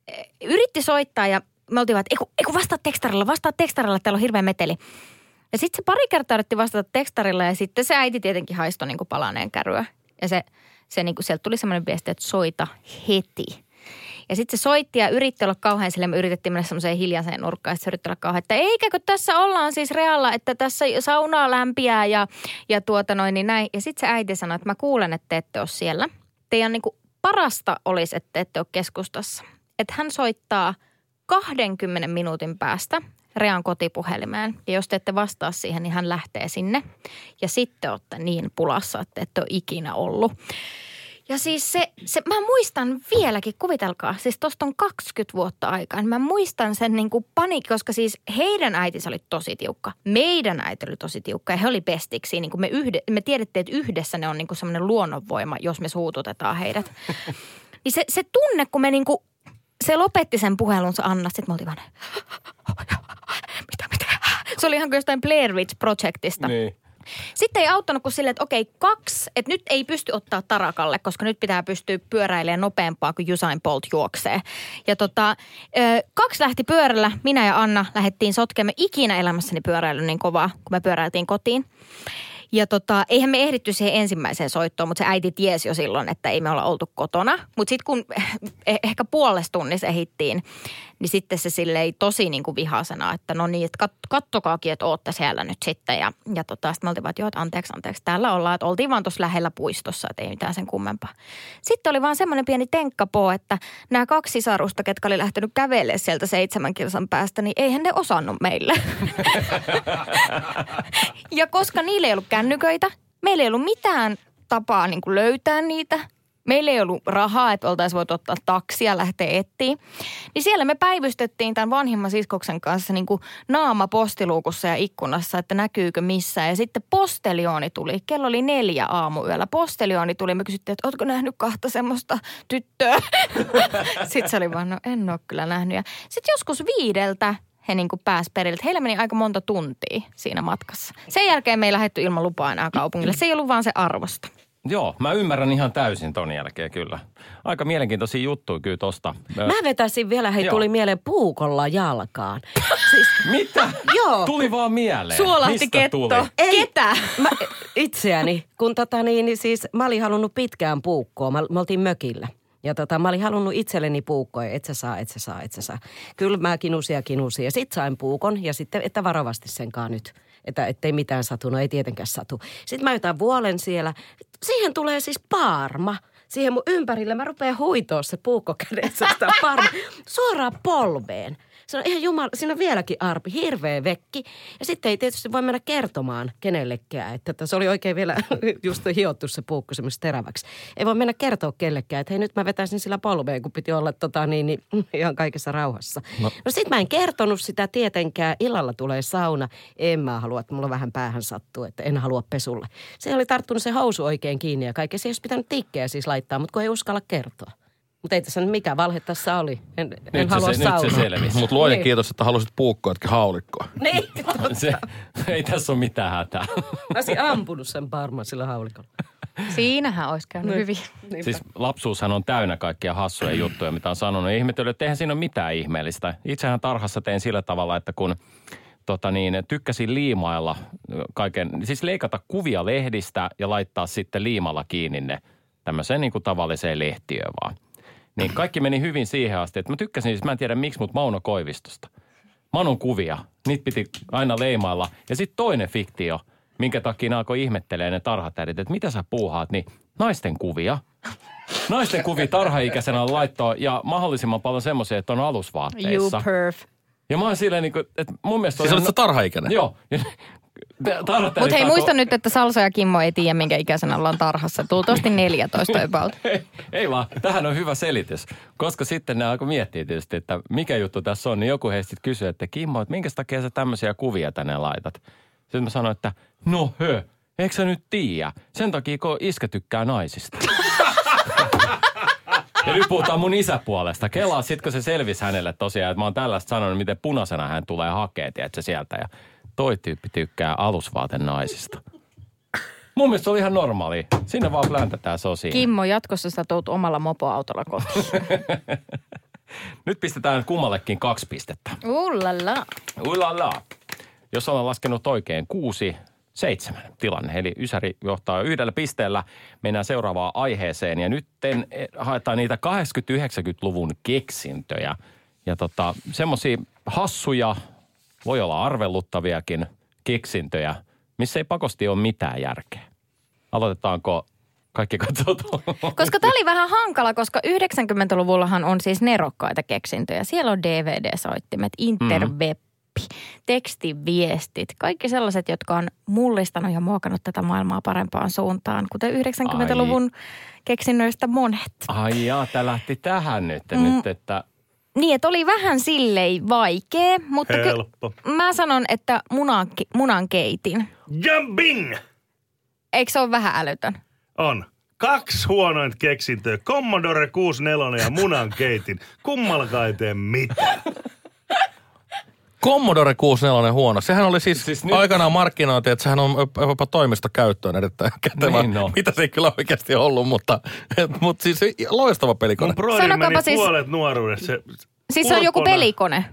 yritti soittaa ja me oltiin vaan, että eiku, eiku vastaa tekstarilla, vastaa tekstarilla, täällä on hirveä meteli. Ja sitten se pari kertaa yritti vastata tekstarilla ja sitten se äiti tietenkin haistoi niin kuin palaneen käryä. Ja se, se niin kuin, sieltä tuli semmoinen viesti, että soita heti. Ja sitten se soitti ja yritti olla kauhean sille, me yritettiin mennä semmoiseen hiljaiseen nurkkaan. Ja se yritti olla kauhean, että eikäkö tässä ollaan siis realla, että tässä saunaa lämpiää ja, ja tuota noin niin näin. Ja sitten se äiti sanoi, että mä kuulen, että te ette ole siellä. Teidän niin kuin parasta olisi, että ette ole keskustassa. Että hän soittaa kahdenkymmenen minuutin päästä Rean kotipuhelimeen. Ja jos te ette vastaa siihen, niin hän lähtee sinne. Ja sitten olette niin pulassa, että ette ole ikinä ollut. Ja siis se, se mä muistan vieläkin, kuvitelkaa, siis tosta on kaksikymmentä vuotta aikaa. Mä muistan sen niin kuin paniikki, koska siis heidän äitinsä oli tosi tiukka. Meidän äiti oli tosi tiukka ja he oli bestiksi. Niin kuin me, yhde, me tiedettiin, että yhdessä ne on niin kuin semmoinen luonnonvoima, jos me suututetaan heidät. Niin se, se tunne, kun me niin kuin, se lopetti sen puhelunsa Anna, sitten me oltiin vaan, mitä, mitä? Se oli ihan kuin jostain Blair Witch Projectista. Niin. Sitten ei auttanut kuin silleen, että okei, kaksi, että nyt ei pysty ottaa tarakalle, koska nyt pitää pystyä pyöräilemään nopeampaa kuin Usain Bolt juoksee. Ja tota, kaksi lähti pyörällä, minä ja Anna lähdettiin sotkemaan ikinä elämässäni pyöräily niin kovaa, kun me pyöräiltiin kotiin. Ja tota, eihän me ehditty siihen ensimmäiseen soittoon, mutta se äiti tiesi jo silloin, että ei me olla oltu kotona. Mutta sitten kun ehkä puolesta tunnissa ehittiin, niin sitten se silleen tosi niin kuin vihasena, että no niin, että kat, kattokaakin, että ootte siellä nyt sitten. Ja, ja tota, sitten me oltiin vaan, että joo, että anteeksi, anteeksi, täällä ollaan. Että oltiin vaan tuossa lähellä puistossa, että ei mitään sen kummempaa. Sitten oli vaan semmoinen pieni tenkkapoo, että nämä kaksi sisarusta, ketkä oli lähtenyt kävelemään sieltä seitsemän kilsan päästä, niin eihän ne osannut meille. Ja koska niillä ei ollut kännyköitä, meillä ei ollut mitään tapaa niin kuin löytää niitä. Meillä ei ollut rahaa, että oltaisiin voitu ottaa taksia, lähteä etsiä. Niin siellä me päivystettiin tämän vanhimman siskoksen kanssa niin kuin naama postiluukussa ja ikkunassa, että näkyykö missään. Ja sitten posteliooni tuli. Kello oli neljä aamuyöllä. Posteliooni tuli. Me kysyttiin, että ootko nähnyt kahta semmoista tyttöä? Sitten se oli vaan, no en ole kyllä nähnyt. Ja sitten joskus viideltä he niin kuin pääsi perille. Heillä meni aika monta tuntia siinä matkassa. Sen jälkeen me ei lähdetty ilman lupaa enää kaupungille. Se ei ollut vaan se arvosta. Joo, mä ymmärrän ihan täysin ton jälkeen kyllä. Aika mielenkiintoisia juttuja kyllä tosta. Mä vetäisin vielä, hei, tuli mieleen puukolla jalkaan. Siis, mitä? Joo. Tuli vaan mieleen. Suolahti Mistä ketto. tuli? Ei, Ketä? Mä, itseäni, kun tota niin, siis mä olin halunnut pitkään puukkoa. Mä, me oltiin mökillä. Ja tota, mä olin halunnut itselleni puukkoja, et sä saa, et sä saa, et sä saa. Kyllä mä kinusin ja kinusin ja sit sain puukon ja sitten, että varovasti senkaan nyt. Että ettei mitään satu, no ei tietenkään satu. Sitten mä jotain vuolen siellä. Siihen tulee siis paarma. Siihen mun ympärille mä rupean huitoa se puukko kädessä sitä paarma. Suoraan polveen. Se on ihan jumala, siinä on vieläkin arpi, hirveä vekki. Ja sitten ei tietysti voi mennä kertomaan kenellekään, että se oli oikein vielä just hiottu se puukko semmoista teräväksi. Ei voi mennä kertoa kellekään, että hei nyt mä vetäisin sillä polveen, kun piti olla tota niin, niin ihan kaikessa rauhassa. No, no sit mä en kertonut sitä tietenkään, illalla tulee sauna. En mä halua, että mulla vähän päähän sattuu, että en halua pesulle. Se oli tarttunut se housu oikein kiinni ja kaikkea. Se ei olisi pitänyt tikkejä siis laittaa, mutta kun ei uskalla kertoa. Mutta ei tässä nyt mikä valhe tässä oli. En, en nyt halua se, saunaa. nyt se selvisi. Mutta luojan Niin. kiitos, että halusit puukkoa, etkä haulikkoa. Niin, Se, ei tässä ole mitään hätää. mä olisin ampunut sen parman sillä haulikolla. Siinähän olisi käynyt hyvin. Niinpä. Siis lapsuushan on täynnä kaikkia hassuja juttuja, mitä on sanonut. Ja ihmetellyt, että eihän siinä ole mitään ihmeellistä. Itsehän tarhassa tein sillä tavalla, että kun tota niin, tykkäsin liimailla kaiken, siis leikata kuvia lehdistä ja laittaa sitten liimalla kiinni ne tämmöiseen niin kuin tavalliseen lehtiöön vaan. Niin kaikki meni hyvin siihen asti, että mä tykkäsin, siis mä en tiedä miksi, mutta Mauno Koivistosta. Manun kuvia, niitä piti aina leimailla. Ja sitten toinen fiktio, minkä takia ne alkoi ihmettelee ne tarhatäidit, että mitä sä puuhaat, niin naisten kuvia. Naisten kuvia tarhaikäisenä laittaa ja mahdollisimman paljon semmoisia, että on You alusvaatteissa. perf. Ja mä oon silleen niin kuin, että mun mielestä... Siis olet sä tarhaikäinen? Joo. Mutta hei, muista nyt, että Salsa ja Kimmo ei tiedä, minkä ikäisenä ollaan tarhassa. Tultavasti neljätoista about. Ei, ei vaan, tähän on hyvä selitys. Koska sitten ne alkoi miettiä tietysti, että mikä juttu tässä on, niin joku heistä kysyi, että Kimmo, että minkä takia sä tämmöisiä kuvia tänne laitat? Sitten mä sanoin, että no hö, eikö sä nyt tiedä? Sen takia, kun iskä tykkää naisista. Ja nyt puhutaan mun isäpuolesta. Kelaa sit, kun se selvisi hänelle tosiaan, että mä oon tällaista sanonut, miten punaisena hän tulee hakea, tiedätkö, sieltä. Ja toi tyyppi tykkää alusvaaten naisista. Mun mielestä se oli ihan normaali. Sinne vaan pläntätään sosiin. Kimmo, jatkossa sä tuut omalla mopoautolla kotiin. Nyt pistetään kummallekin kaksi pistettä. Ullala. Ullala. Jos olen laskenut oikein kuusi, seitsemän tilanne. Eli Ysäri johtaa yhdellä pisteellä. Mennään seuraavaan aiheeseen. Ja nyt haetaan niitä kahdeksankymmentä-yhdeksänkymmentäluvun keksintöjä. Ja tota, semmosia hassuja, voi olla arveluttaviakin keksintöjä, missä ei pakosti ole mitään järkeä. Aloitetaanko kaikki katsotaan? Koska tämä oli vähän hankala, koska yhdeksänkymmentäluvullahan on siis nerokkaita keksintöjä. Siellä on D V D-soittimet, interweb, tekstiviestit, kaikki sellaiset, jotka on mullistanut ja muokannut tätä maailmaa parempaan suuntaan, kuten yhdeksänkymmentäluvun Ai. keksinnöistä monet. Ai jaa, tämä lähti tähän nyt, mm. nyt että... Niin, että oli vähän silleen vaikea, mutta Helppo. Ky- mä sanon, että munan, munan keitin. Jumping! Eikö se ole vähän älytön? On. Kaksi huonointa keksintöä. Commodore kuusikymmentäneljä ja munan keitin. Kummallakaan ei tee mitään. Commodore kuusikymmentäneljä huono. Sehän oli siis, Siis siis nyt- aikanaan markkinointi, että sehän on jopa toimistokäyttöön erittäin kätevä. Niin on. Mitä se ei kyllä oikeasti ollut, mutta, mutta siis loistava pelikone. Mun brodi Sanokaapa meni siis- puolet nuoruudessa. Se, Siis se on joku ulkona- pelikone.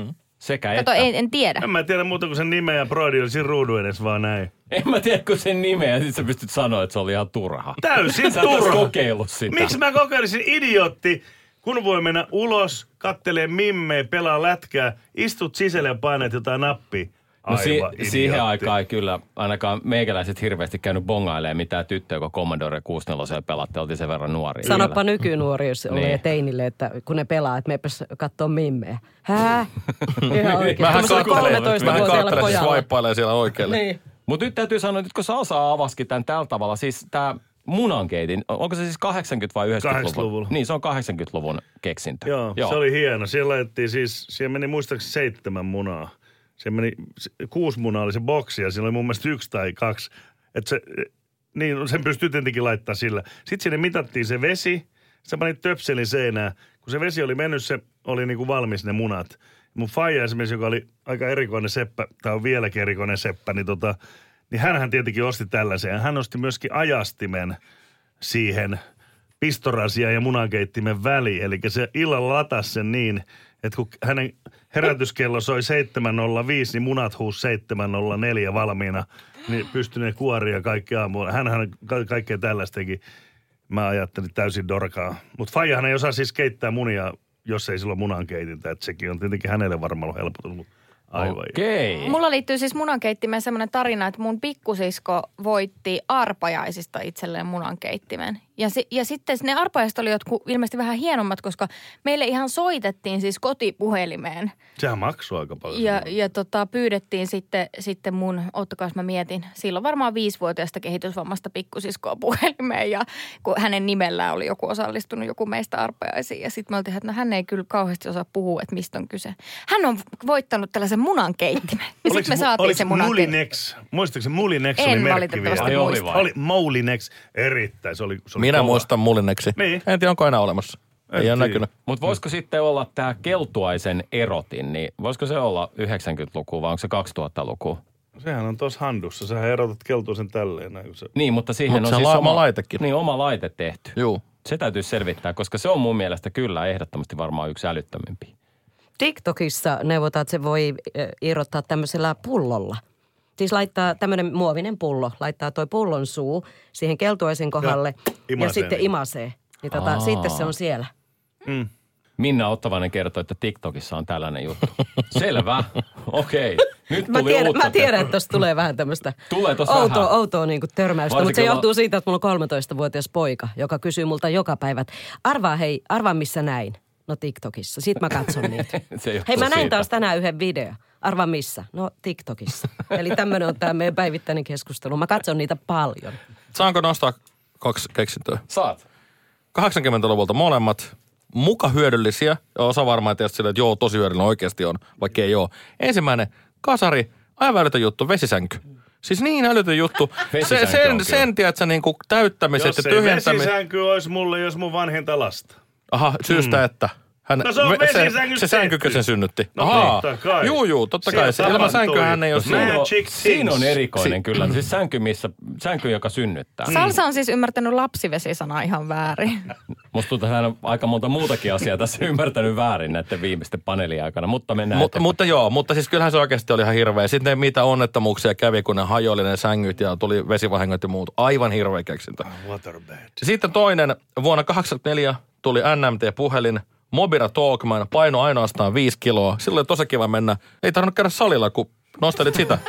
Sekä Kato, että. en, en tiedä. En mä tiedä muuta kuin sen nimeä ja brodi oli siinä ruudun edes vaan näin. En mä tiedä, kun sen nimeä, ja sit sä pystyt sanoa, että se oli ihan turha. Täysin Sä et ois turha. kokeillut sitä. Miksi mä kokeilisin idiotti, kun voi mennä ulos, kattelee mimmeä, pelaa lätkää, istut sisälle ja painat jotain nappia. No Aivan si- idiootti. siihen aikaan ei kyllä ainakaan meikäläiset hirveästi käynyt bongailemaan mitään tyttöä, kun Commodore kuusikymmentäneljä pelatte, oltiin sen verran nuoria. Sanoppa nykynuori, jos Niin. oli teinille, että kun ne pelaa, että meipäs kattoo mimmeä. Hää? Ihan oikein. Mähän Tämmöisellä kattelen, mähän kolmetoistavuotiaalla kattelen, siis pojalla. vaippailee siellä oikealle. Niin. Mutta nyt täytyy sanoa, että nyt kun Salsa avaskin tämän tällä tavalla, siis tämä munankeitin, onko se siis kahdeksankymmentä- vai yhdeksänkymmentäluvun? kahdeksankymmentäluvulla. Niin, se on kahdeksankymmentäluvun keksintö. Joo, Joo, se oli hieno. Siellä laitettiin siis, siellä meni muistaakseni seitsemän munaa. Se meni, se, kuusi munaa oli se boksi ja siinä oli mun mielestä yksi tai kaksi. Että se, niin sen pystyy tietenkin laittaa sillä. Sitten sinne mitattiin se vesi, sä panit töpselin seinään. Kun se vesi oli mennyt, se oli niinku valmis ne munat. Mun faija esimerkiksi, joka oli aika erikoinen seppä, tai on vieläkin erikoinen seppä, niin tota, niin hänhän tietenkin osti tällaisen. Hän osti myöskin ajastimen siihen pistorasia ja munankeittimen väliin. Eli se illalla latasi sen niin, että kun hänen herätyskello soi seitsemän nolla viisi, niin munat huusi seitsemän nolla neljä valmiina. Niin pystyi ne kuoria kaikki aamulla. Hänhän ka- kaikkea tällaista teki. Mä ajattelin täysin dorkaa. Mutta faijahan ei osaa siis keittää munia, jos ei silloin munankeitintä. Että sekin on tietenkin hänelle varmaan ollut helpotus. Mut aivan. Okei. Mulla liittyy siis munankeittimeen semmoinen tarina, että mun pikkusisko voitti arpajaisista itselleen munankeittimen. Ja, si- ja sitten ne arpajaiset oli jotkut ilmeisesti vähän hienommat, koska meille ihan soitettiin siis kotipuhelimeen. Sehän maksoi aika paljon. Ja, ja tota, pyydettiin sitten, sitten mun, ottakaa mä mietin, silloin varmaan viisivuotiaasta kehitysvammasta pikkusiskoa puhelimeen. Ja kun hänen nimellään oli joku osallistunut, joku meistä arpajaisiin. Ja sitten me oltiin, että no hän ei kyllä kauheasti osaa puhua, että mistä on kyse. Hän on voittanut tällaisen munankeittimen. Ja sitten me saatiin se munankeittimen. Mulinex? Muistatko se Mulinex En oli merkki valitettavasti vielä? Ai oli muista. vai? Oli Moulinex. Erittäin. Se oli, se oli Minä kova. muistan Mulineksi. Niin. En tiedä, onko enää olemassa. En Ei ole tiedä. näkynyt. Mutta voisiko sitten olla tämä keltuaisen erotin, niin voisiko se olla yhdeksänkymmentäluku vai onko se kaksituhattaluku? Sehän on tuossa handussa. Sähän erotat keltuisen tälleen. Näin, kun se... Niin, mutta siihen Mut on se on siis la- oma laitekin. Niin, oma laite tehty. Juu. Se täytyy selvittää, koska se on mun mielestä kyllä ehdottomasti varmaan yksi älyttömimpiä. TikTokissa neuvotaan, että se voi eh, irrottaa tämmöisellä pullolla. Siis laittaa tämmöinen muovinen pullo, laittaa toi pullon suu siihen keltuaisen kohdalle ja, imasee sitten niin. imasee. Niin tota, Aa. sitten se on siellä. Mm. Minna Ottavainen kertoi, että TikTokissa on tällainen juttu. Selvä. Okei. Nyt Mä tuli tiedän, uutta. mä tiedän, että tuossa tulee vähän tämmöistä Tulee tossa outoa, vähän. outoa niin kuin törmäystä. Mutta Varsinkin se va- johtuu siitä, että mulla on kolmetoistavuotias poika, joka kysyy multa joka päivä, että arvaa hei, arvaa missä näin. No TikTokissa. Sitten mä katson niitä. Se johtuu Hei, mä näin siitä. taas tänään yhden video. Arvaa missä? No TikTokissa. Eli tämmöinen on tämä meidän päivittäinen keskustelu. Mä katson niitä paljon. Saanko nostaa kaksi keksintöä? Saat. kahdeksankymmentäluvulta molemmat, muka hyödyllisiä. Ja osa varmaan tietysti silleen, että joo, tosi hyödyllinen oikeasti on, vaikka ei ole. Ensimmäinen, kasari, aivan älytön juttu, vesisänky. Siis niin älytön juttu. Se, Vesisänky on sen, kyllä. sen tiedät sä niinku täyttämiset Jos ja ei tyhjentämiset. vesisänky olisi mulle, jos mun vanhinta lasta. Aha, syystä, että. Hän, No se on se, vesisängystä se sänkykö tehty. sen synnytti? No Ahaa. totta kai. Juu, juu, totta Siellä kai. Se, ilman tapahtui. sänkyä hän ei ole No siinä. Magic Siinä on, siinä on things. erikoinen kyllä. Siis sänky, missä, sänky, joka synnyttää. Salsa on siis ymmärtänyt lapsivesisanaa ihan väärin. Musta tuntuu, että hän on aika monta muutakin asiaa tässä ymmärtänyt väärin näiden viimeisten paneelien aikana, mutta mennään Mut, eteenpäin. mutta joo, mutta siis kyllähän se oikeasti oli ihan hirveä. Sitten ne mitä onnettomuuksia kävi, kun ne hajoili ne sängyt ja tuli vesivahingot ja muut. Aivan hirveä keksintö. Waterbed. Sitten toinen, vuonna kahdeksankymmentäneljä tuli N M T-puhelin, Mobira Talkman, paino ainoastaan viisi kiloa. Silloin oli tosi kiva mennä. Ei tarvinnut käydä salilla, kun nostelit sitä.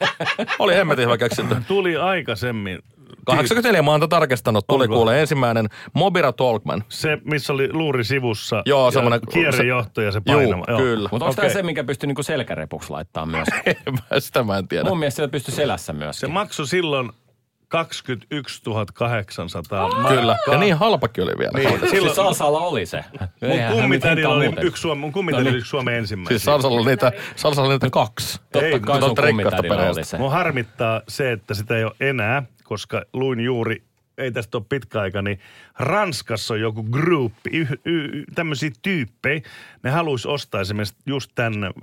Oli hemmetin hyvä keksintö. Tuli aikaisemmin. kahdeksankymmentäneljä mä oon tätä tarkistanut. Tuli Onko? kuule ensimmäinen Mobira Talkman. Se, missä oli luuri sivussa. Joo, ja semmoinen- kierrejohto ja se Juu, painama. Joo. kyllä. Mutta onko Okei. tämä se, minkä pystyy niinku selkärepuksi laittaa myös? Sitä mä en tiedä. Mun mielestä sitä pystyy selässä Se myöskin. maksoi silloin kaksikymmentäyksituhatta kahdeksansataa markkaa. Kyllä. Ja niin halpakin oli vielä. Niin, Silloin silloin Salsalla oli se. mun Eihän hän kummitädillä mitenkään oli muuten. yksi Suomen, mun kummitädillä oli yksi Suomen ensimmäisiä. Siis Salsalla oli niitä, Salsalla oli niitä kaksi. Totta Ei, kai mutta sun olette rikkaasta kummitädillä oli perheestä. se. Mua harmittaa se, että sitä ei ole enää, koska luin juuri, ei tästä ole pitkä aika, niin Ranskassa on joku gruppi, y, y, tämmöisiä tyyppejä. Ne haluaisi ostaa esimerkiksi just tämän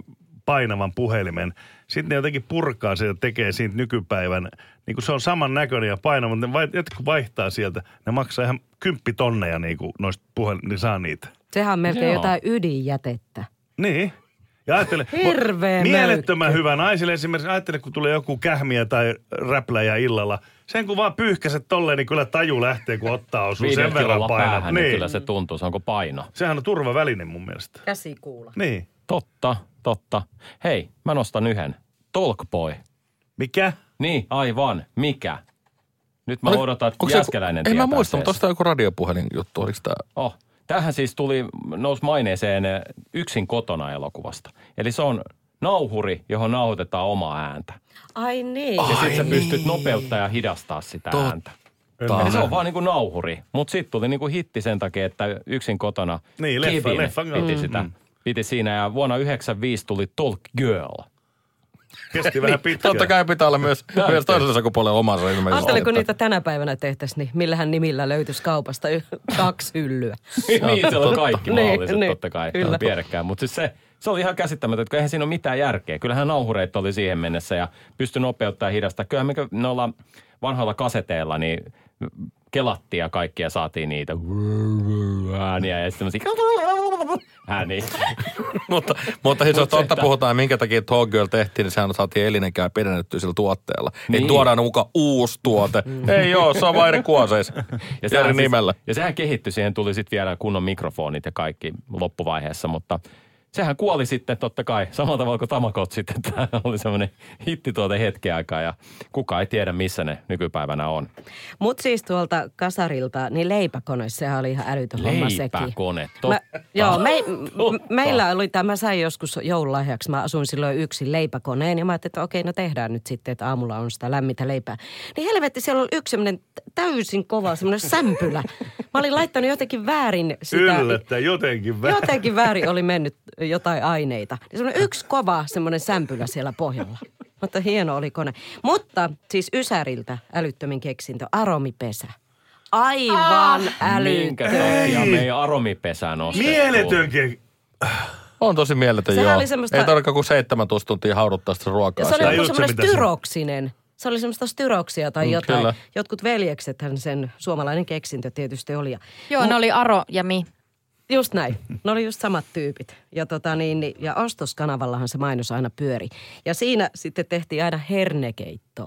painavan puhelimen. Sitten ne jotenkin purkaa se ja tekee siitä nykypäivän. Niin kuin se on saman näköinen ja painava, mutta ne vai, jotkut vaihtaa sieltä. Ne maksaa ihan kymppitonneja niin kuin noista puhelimista, niin saa niitä. Sehän on melkein Joo. jotain ydinjätettä. Niin. Ja ajattele, Hirveä mielettömän möykky. hyvä naisille esimerkiksi. Ajattele, kun tulee joku kähmiä tai räpläjä illalla. Sen kun vaan pyyhkäset tolleen, niin kyllä taju lähtee, kun ottaa osuu sen Viidellä verran kilolla painat. päähän, niin kyllä se tuntuu. Se onko paino. Sehän on turvaväline mun mielestä. Käsikuula. Niin. Totta, totta. Hei, mä nostan yhden. Talkboy. Mikä? Niin, aivan. Mikä? Nyt mä Oli- odotan, että onko se joku- Jääskeläinen En tietää mä muista, mutta sen. onko tämä joku radiopuhelin juttu? Oliko tämä? Oh, tämähän siis tuli, nousi maineeseen Yksin kotona -elokuvasta. Eli se on nauhuri, johon nauhoitetaan omaa ääntä. Ai niin. Ja sitten sä pystyt nopeuttaa ja hidastaa sitä Totta. ääntä. Eli se on vaan niin kuin nauhuri. Mutta sitten tuli niin kuin hitti sen takia, että Yksin kotona Niin, leffa- Kevin leffan kautta. piti sitä. Mm. Piti siinä ja vuonna yhdeksänkymmentäviisi tuli Talk Girl. Kesti vähän pitkään. Totta kai pitää olla myös, myös toisella sukupuolella omansa ilmeisesti. Ajattele, kun niitä tänä päivänä tehtäisiin, niin millähän nimillä löytyisi kaupasta y- kaksi hyllyä. niin, se on kaikki Niin, mahdolliset niin, totta kai. kyllä. Vierekkäin. Mutta siis se, se oli ihan käsittämätöntä, että eihän siinä ole mitään järkeä. Kyllähän nauhureita oli siihen mennessä ja pystyi nopeuttaa ja hidastaa. Kyllähän me noilla vanhoilla kaseteilla niin kelattiin ja kaikkia saatiin niitä ääniä ja sitten ääniä. mutta, mutta siis jos Mut se, totta että- puhutaan, minkä takia Talk Girl tehtiin, niin sehän saatiin elinenkään pidennettyä sillä tuotteella. Niin. Niin. Tuodaan muka uusi tuote. Ei joo, se on vain eri kuoseis. Ja eri sehän, nimellä. siis, ja sehän kehittyi, siihen tuli sitten vielä kunnon mikrofonit ja kaikki loppuvaiheessa, mutta sehän kuoli sitten totta kai samalla tavalla kuin Tamagotchi, että tämä oli semmoinen hittituote hetken aikaa ja kukaan ei tiedä, missä ne nykypäivänä on. Mutta siis tuolta kasarilta, niin leipäkone, sehän oli ihan älytön homma sekin. Leipäkone, Mä, totta. joo, me, Totta. m- meillä oli tämä, mä sain joskus joululahjaksi, mä asuin silloin yksin leipäkoneen ja mä ajattelin, että okei, no tehdään nyt sitten, että aamulla on sitä lämmintä leipää. Niin helvetti, siellä oli yksi semmoinen täysin kova semmoinen sämpylä. Mä olin laittanut jotenkin väärin sitä. Yllättäen, jotenkin vähän. Jotenkin väärin oli mennyt jotain aineita. Niin semmoinen yksi kova semmoinen sämpylä siellä pohjalla. Mutta hieno oli kone. Mutta siis Ysäriltä älyttömin keksintö, aromipesä. Aivan Minkä älytön. takia me ei aromipesään ostettu? Mieletönkin. On tosi mieletön, Sehän joo. oli semmoista- Ei todellakaan kuin seitsemäntoista tuntia hauduttaa sitä ruokaa. Ja se oli siellä. joku just se, semmoinen mitä se- styroksinen. Se oli semmoista styroksia tai Mm, jotain. kyllä. Jotkut veljeksethän sen suomalainen keksintö tietysti oli. Ja Joo, ne oli Aro ja Mi. just näin. Ne oli just samat tyypit. Ja, tota niin, niin- ja ostoskanavallahan se mainos aina pyöri. Ja siinä sitten tehtiin aina hernekeittoa.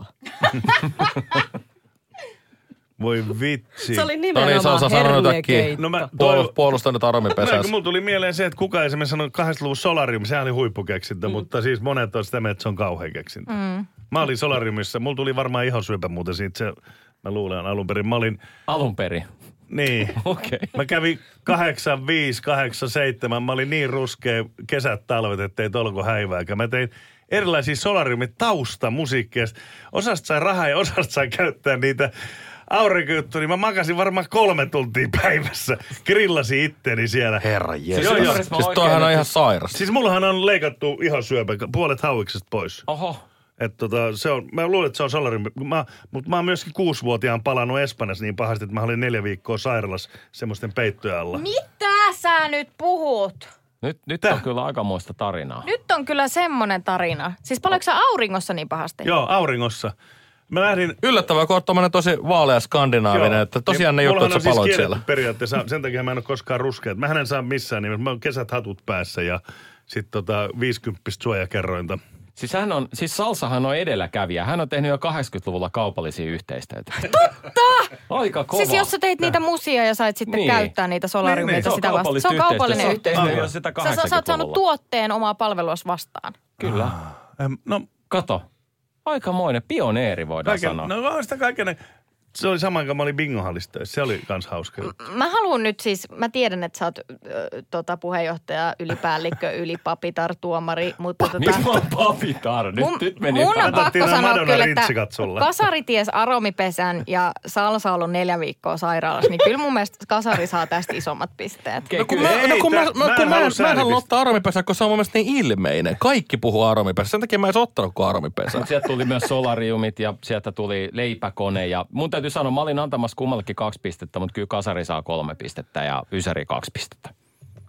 Voi vitsi. Se oli No niin, nimenomaan Salsa sanoi nyt äkkiä. hernekeitto. No mä Puolust, toivon, puolustan nyt Näin, aromipesää. kun mulla tuli mieleen se, että kukaan esimerkiksi sanoi kahdeksankymmentäluvun solarium, sehän oli huippukeksintö, mm. mutta siis monet on sitä mieltä, että se on kauhea keksintö. Mm. Mä olin solariumissa, mulla tuli varmaan ihosyöpä muuten siitä, se, mä luulen alun perin. Mä olin, Alun perin. niin, Okei. mä kävin kahdeksan viisi, kahdeksan seitsemän, mä olin niin ruskea kesät, talvet, ettei tolko häivääkään. Mä tein erilaisia solariumit taustamusiikkia. Osasta sai rahaa ja osasta sai käyttää niitä aurinkojuttuja, niin mä makasin varmaan kolme tuntia päivässä. Grillasin itteeni siellä. Herra jees. Joo, joo. ymmärrätkö mä Siis oikein, toihan on että- ihan sairas. Siis mullahan on leikattu ihosyöpä, puolet hauiksesta pois. Oho. Et tota, se on, mä luulen, että se on solarium. Mä, mutta mä oon myöskin kuusivuotiaan palannut Espanjassa niin pahasti, että mä olin neljä viikkoa sairaalassa semmoisten peittojen alla. Mitä sä nyt puhut? Nyt, nyt Tää. on kyllä aikamoista tarinaa. Nyt on kyllä semmoinen tarina. Siis paljonko sä auringossa niin pahasti? Joo, auringossa. Mä lähdin... Yllättävää, kun on tommonen tosi vaalea skandinaavinen, Joo. että tosiaan ne Ja jutut, että mullahan sä on siis paloit kielletty siellä. periaatteessa, sen takia mä en ole koskaan ruskea. Mä en saa missään nimessä. Mä oon kesät hatut päässä ja sitten tota viisikymppistä suojakerrointa. Siis hän on, siis Salsahan on edelläkävijä. Hän on tehnyt jo kahdeksankymmentäluvulla kaupallisia yhteistyötä. Totta! Aika kova. Siis jos sä teit niitä musia ja sait sitten Niin. käyttää niitä solariumeita Se on sitä vastaan. kaupallista Se on kaupallinen yhteistyötä. Se on yhteistyö. tehnyt jo sitä Sä, sä, sä oot saanut kahdeksankymmentäluvulla. tuotteen omaa palvelua vastaan. Kyllä. Ähm, no, Kato. Aikamoinen pioneeri voidaan kaiken, sanoa. no on sitä kaiken. Se oli sama, kun mä olin bingohallissa töissä. Se oli kans hauska juttu. Mä haluan nyt siis, mä tiedän, että sä oot ö, tota, puheenjohtaja, ylipäällikkö, ylipapitar, tuomari, mutta tota... Miksi mä oon papitar? Nyt, Mun, nyt meni mun on päin. pakko Otettiin nämä sanoa Madonna kyllä, että rintsikat sulle. kasari ties aromipesän ja Salsa ollut neljä viikkoa sairaalassa, niin kyllä mun mielestä kasari saa tästä isommat pisteet. Okei, No kun kyllä. mä, no kun mä, Ei, mä, mä en kun mä, halua en- mä en halua säälipistä. ottaa aromipesää, kun se on mun mielestä niin ilmeinen. Kaikki puhuu aromipesää. Sen takia mä en edes ottanut kuin aromipesää. Mut sieltä tuli myös solariumit ja sieltä tuli leipäkone. Ja mun täytyy sanoa, mä olin antamassa kummallekin kaksi pistettä, mutta kyllä kasari saa kolme pistettä ja Ysäri kaksi pistettä.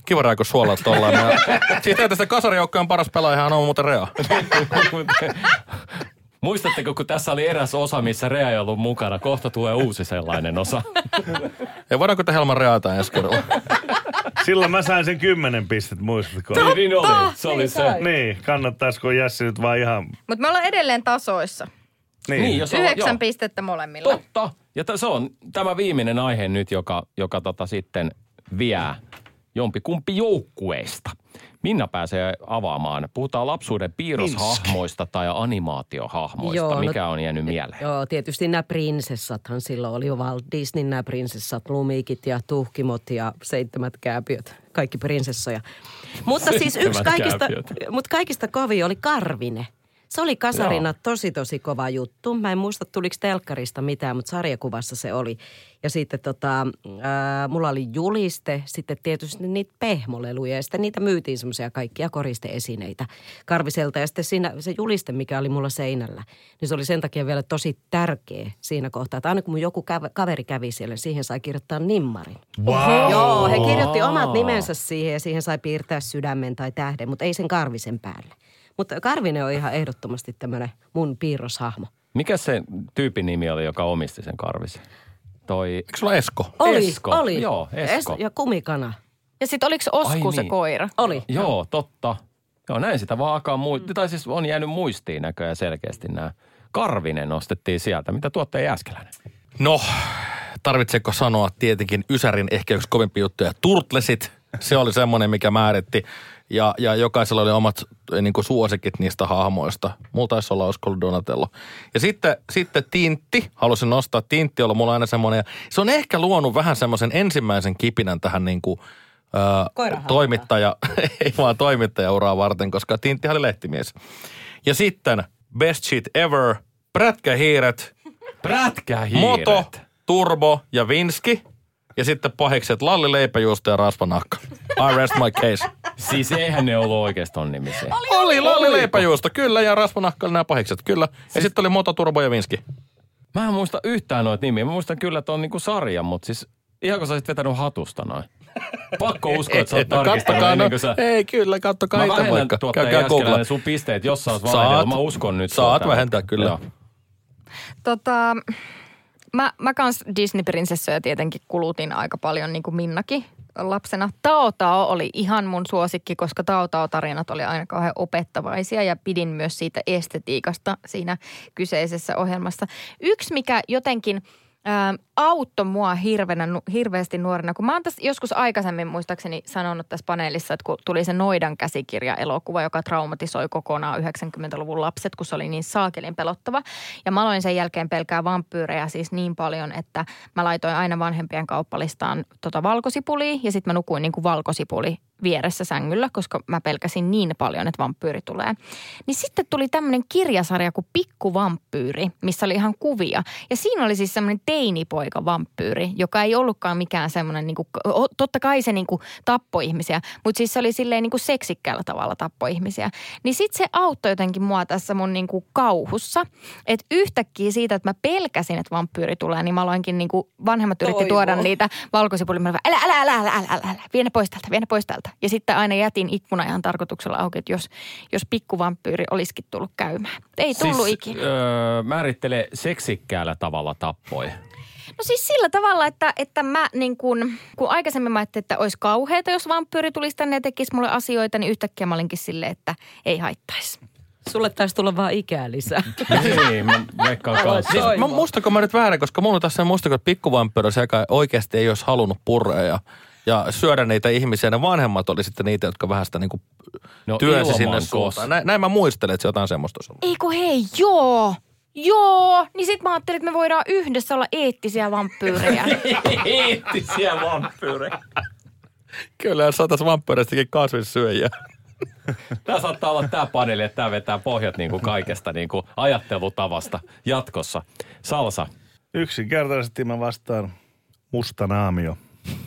Kiva Rea, kun suolat tollaan. Ja siis teitä sitä kasarijoukkojen paras pelaajahan on muuten Rea. Muistatteko, kun tässä oli eräs osa, missä Rea ei ollut mukana? Kohta tulee uusi sellainen osa. Ja voidaanko te Helman Reata ensi kerralla? Silloin mä sain sen kymmenen pistet, muistatko? Totta, niin oli, se oli niin se. sai. Niin, kannattaisiko Jässi nyt vaan ihan... Mutta me ollaan edelleen tasoissa. Niin, Niin, jos on- Yhdeksän joo. pistettä molemmilla. Totta. Ja t- se on tämä viimeinen aihe nyt, joka, joka tota sitten vie jompikumpi joukkueista. Minna pääsee avaamaan. Puhutaan lapsuuden piirroshahmoista tai animaatiohahmoista. Joo, no- Mikä on jäänyt mieleen? Joo, tietysti nämä prinsessathan silloin oli jo Walt Disneyn nämä prinsessat, Lumikit ja Tuhkimot ja Seitsemät kääpiöt, kaikki prinsessoja. Mutta siis yksi Seitsemät kaikista, kääpiöt. mutta kaikista kovin oli Karvine. Se oli kasarina tosi tosi kova juttu. Mä en muista tuliko telkkarista mitään, mutta sarjakuvassa se oli. Ja sitten tota, ää, mulla oli juliste, sitten tietysti niitä pehmoleluja ja sitten niitä myytiin semmoisia kaikkia koristeesineitä Karviselta. Ja sitten siinä se juliste, mikä oli mulla seinällä, niin se oli sen takia vielä tosi tärkeä siinä kohtaa. Että aina kun mun joku käv- kaveri kävi siellä, siihen sai kirjoittaa nimmarin. Wow. Joo, he kirjoitti omat nimensä siihen ja siihen sai piirtää sydämen tai tähden, mutta ei sen Karvisen päälle. Mutta Karvinen on ihan ehdottomasti tämmöinen mun piirroshahmo. Mikä se tyypin nimi oli, joka omisti sen Karvisen? Toi... Eikö sulla Esko? Oli, Esko. oli. Joo, Esko. Es- ja kumikana. Ja sitten oliko Osku Ai se niin. koira? Oli. Joo, totta. Joo, näin sitä vaan alkaa muistaa. Tai siis on jäänyt muistiin näköjään selkeästi nämä. Karvinen nostettiin sieltä. Mitä tuottaja Jääskeläinen? No, tarvitseeko sanoa tietenkin Ysärin ehkä yksi kovimpia juttuja. Turtlesit, se oli semmoinen, mikä määritti. Ja, ja jokaisella oli omat niin kuin suosikit niistä hahmoista. Mulla taisi olla, olisiko ollut Donatello. Ja sitten, sitten Tintti, halusin nostaa. Tintti olla mulla aina semmoinen. Ja se on ehkä luonut vähän semmoisen ensimmäisen kipinän tähän niin kuin, ää, toimittaja, ei vaan toimittajauraa varten, koska Tintti oli lehtimies. Ja sitten Best Shit Ever, Prätkähiiret, Prätkähiiret. Moto, Turbo ja Vinski. Ja sitten pahikset Lalli, leipäjuusto ja rasvanahka. I rest my case. Siis eihän ne ollut oikeastaan nimisiä. Oli, oli Lalli, leipäjuusto, kyllä. Ja rasvanahka oli nämä pahikset, kyllä. Ja sitten oli Moto, Turbo ja Vinski. Mä en muista yhtään noita nimiä. Mä muistan kyllä, että on niinku sarja, mutta siis ihan kun sä olisit vetänyt hatusta noin. Pakko uskoa, että sä oot tarkistanut Kattokaa, ennen no, kuin sä... ei kyllä, kattokaa Mä itse vähennän vaikka. tuottaja Käykää Jääskeläinen Googlaa. sun pisteet, jos sä oot Saat- valehdellut. Mä uskon nyt. Saat sulta. vähentää, kyllä. Joo. Tota, mä, mä kans Disney-prinsessoja tietenkin kulutin aika paljon, niin kuin Minnakin lapsena. Tao Tao oli ihan mun suosikki, koska Tao Tao-tarinat oli aina kauhean opettavaisia ja pidin myös siitä estetiikasta siinä kyseisessä ohjelmassa. Yksi, mikä jotenkin ää, auttoi mua hirveänä, hirveästi nuorena, kun mä oon tässä joskus aikaisemmin muistaakseni sanonut tässä paneelissa, että kun tuli se Noidan käsikirja-elokuva, joka traumatisoi kokonaan yhdeksänkymmentäluvun lapset, kun se oli niin saakelin pelottava. Ja mä aloin sen jälkeen pelkää vampyyrejä siis niin paljon, että mä laitoin aina vanhempien kauppalistaan tota valkosipulia ja sitten mä nukuin niin kuin valkosipuli vieressä sängyllä, koska mä pelkäsin niin paljon, että vampyyri tulee. Niin sitten tuli tämmöinen kirjasarja kuin Pikkuvampyyri, missä oli ihan kuvia. Ja siinä oli siis semmoinen teinipoika vampyyri, joka ei ollutkaan mikään semmoinen, niin kuin, totta kai se niin kuin tappoi ihmisiä, mutta siis se oli silleen niin kuin seksikkäällä tavalla tappoi ihmisiä. Niin sitten se auttoi jotenkin mua tässä mun niin kuin kauhussa, että yhtäkkiä siitä, että mä pelkäsin, että vampyyri tulee, niin mä aloinkin niin kuin, vanhemmat yritti Toivo. tuoda niitä valkosipulia. Mä olin, älä, älä, älä, älä, älä, älä, älä, vie ne pois täältä, vie ne pois täältä. Ja sitten aina jätin ikkuna ihan tarkoituksella auki, että jos, jos pikkuvampyyri olisikin tullut käymään. Ei tullut siis, ikinä. Öö, määrittele seksikkäällä tavalla tappoi. No siis sillä tavalla, että, että mä niin kun, kun aikaisemmin mä ajattelin, että olisi kauheata, jos vampyyri tulisi tänne ja tekisi mulle asioita, niin yhtäkkiä mä olinkin silleen, että ei haittaisi. Sulle taisi tulla vaan ikää lisää. Niin, mä veikkaan kanssa. Siis mä muistanko mä nyt väärin, koska mulla on tässä muistako, että pikkuvampyyri se, joka oikeasti ei olisi halunnut purrea ja, ja syödä niitä ihmisiä. Ne vanhemmat oli sitten niitä, jotka vähän sitä niinku No, työnsi sinne ilmankos. suuntaan. Näin, näin mä muistelen, että se jotain semmoista olisi ollut. Eikö hei, joo, joo. Niin sit mä ajattelin, että me voidaan yhdessä olla eettisiä vampyyrejä. Eettisiä vampyyrejä. Kyllä, jos saataisiin vampyyristäkin kasvissyöjiä. Tämä saattaa olla tämä paneeli, että tämä vetää pohjat niin kuin kaikesta niin kuin ajattelutavasta jatkossa. Salsa. Yksinkertaisesti mä vastaan musta naamio.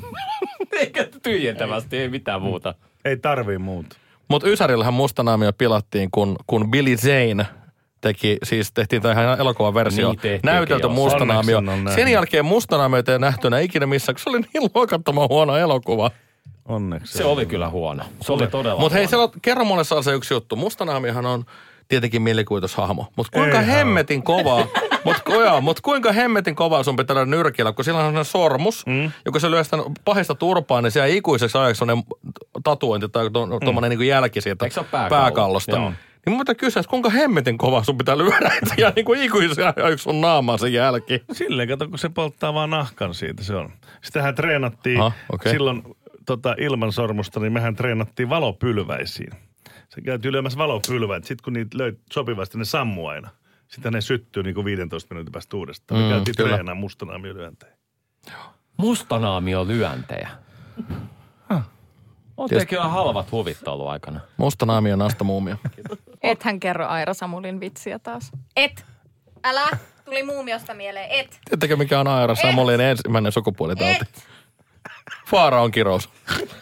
Eikä tyhjentävästi, ei mitään muuta. Ei tarvii muuta. Mutta Ysärillähän mustanaamio pilattiin, kun, kun Billy Zane teki, siis tehtiin tämä ihan elokuvan versio, Niin tehtiinkin, näytöltä joo. mustanaamio. Onneksi on nähnyt. Sen jälkeen mustanaamioita ei nähtynä ikinä missään, kun se oli niin luokattoman huono elokuva. Onneksi. Se oli kyllä huono. Se oli todella Mutta hei, huono. se on, kerro mulle se yksi juttu. Mustanaamihan on tietenkin mielikuvitushahmo. Mutta kuinka Eihän hemmetin kovaa, mutta mut kuinka hemmetin kovaa sun pitää nyrkillä, kun sillä on sellainen sormus, mm. joka se lyö sitä pahista turpaan, niin siellä ikuiseksi ajaksi sellainen tatuointi tai tuommoinen mm. niin jälki siitä pääkallosta. Joo. Niin mun pitää kysyä, että kuinka hemmetin kovaa sun pitää lyödä, että jää niin kuin ikuisesti ajaksi sun naamaan sen jälki. Silleen, kato, kun se polttaa vaan nahkan siitä, se on. Sitähän treenattiin Aha, okay. silloin tota, ilman sormusta, niin mehän treenattiin valopylväisiin. Se käytiin lyömässä valopylväitä. Sitten kun niitä löi sopivasti, ne sammuu aina. Sitten ne syttyy niin kuin viidentoista minuutin päästä uudestaan. Me mm, käytiin treenaamaan mustanaamiolyöntejä. Mustanaamiolyöntejä? Huh. On tekin kyllä halvat huvit ollut aikana. Mustanaamio on astamuumio. Ethän kerro Aira Samulin vitsiä taas. Et! Älä! Tuli muumiosta mieleen. Et! Tiedättekö mikä on Aira Samulin ensimmäinen sukupuolitauti? Et! Faaraon kirous.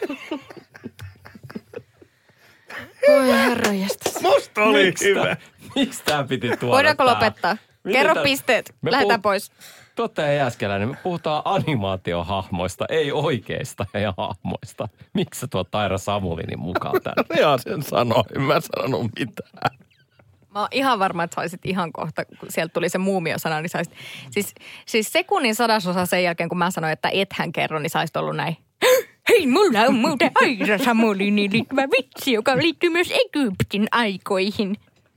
Oi herranjestas. Musta oli Miks hyvä. Tää, miksi tää piti tuoda Voidaanko tää? lopettaa? Miten Kerro tää... pisteet. Me Lähdetään puhut... pois. Tuottaja Jääskeläinen, me puhutaan animaatiohahmoista, ei oikeista ja hahmoista. Miksi sä tuot Aira Samulinin mukaan tänne? Rea sen sanoi, en mä sanonut mitään. Mä oon ihan varma, että saisit ihan kohta, kun sieltä tuli se muumio-sana, niin saisit... Siis, siis sekunnin sadasosa sen jälkeen, kun mä sanoin, että ethän kerro, niin saisit ollut näin. Hei, mulla on muuten Aira Samuliniin liittyvä vitsi, joka liittyy myös Egyptin aikoihin.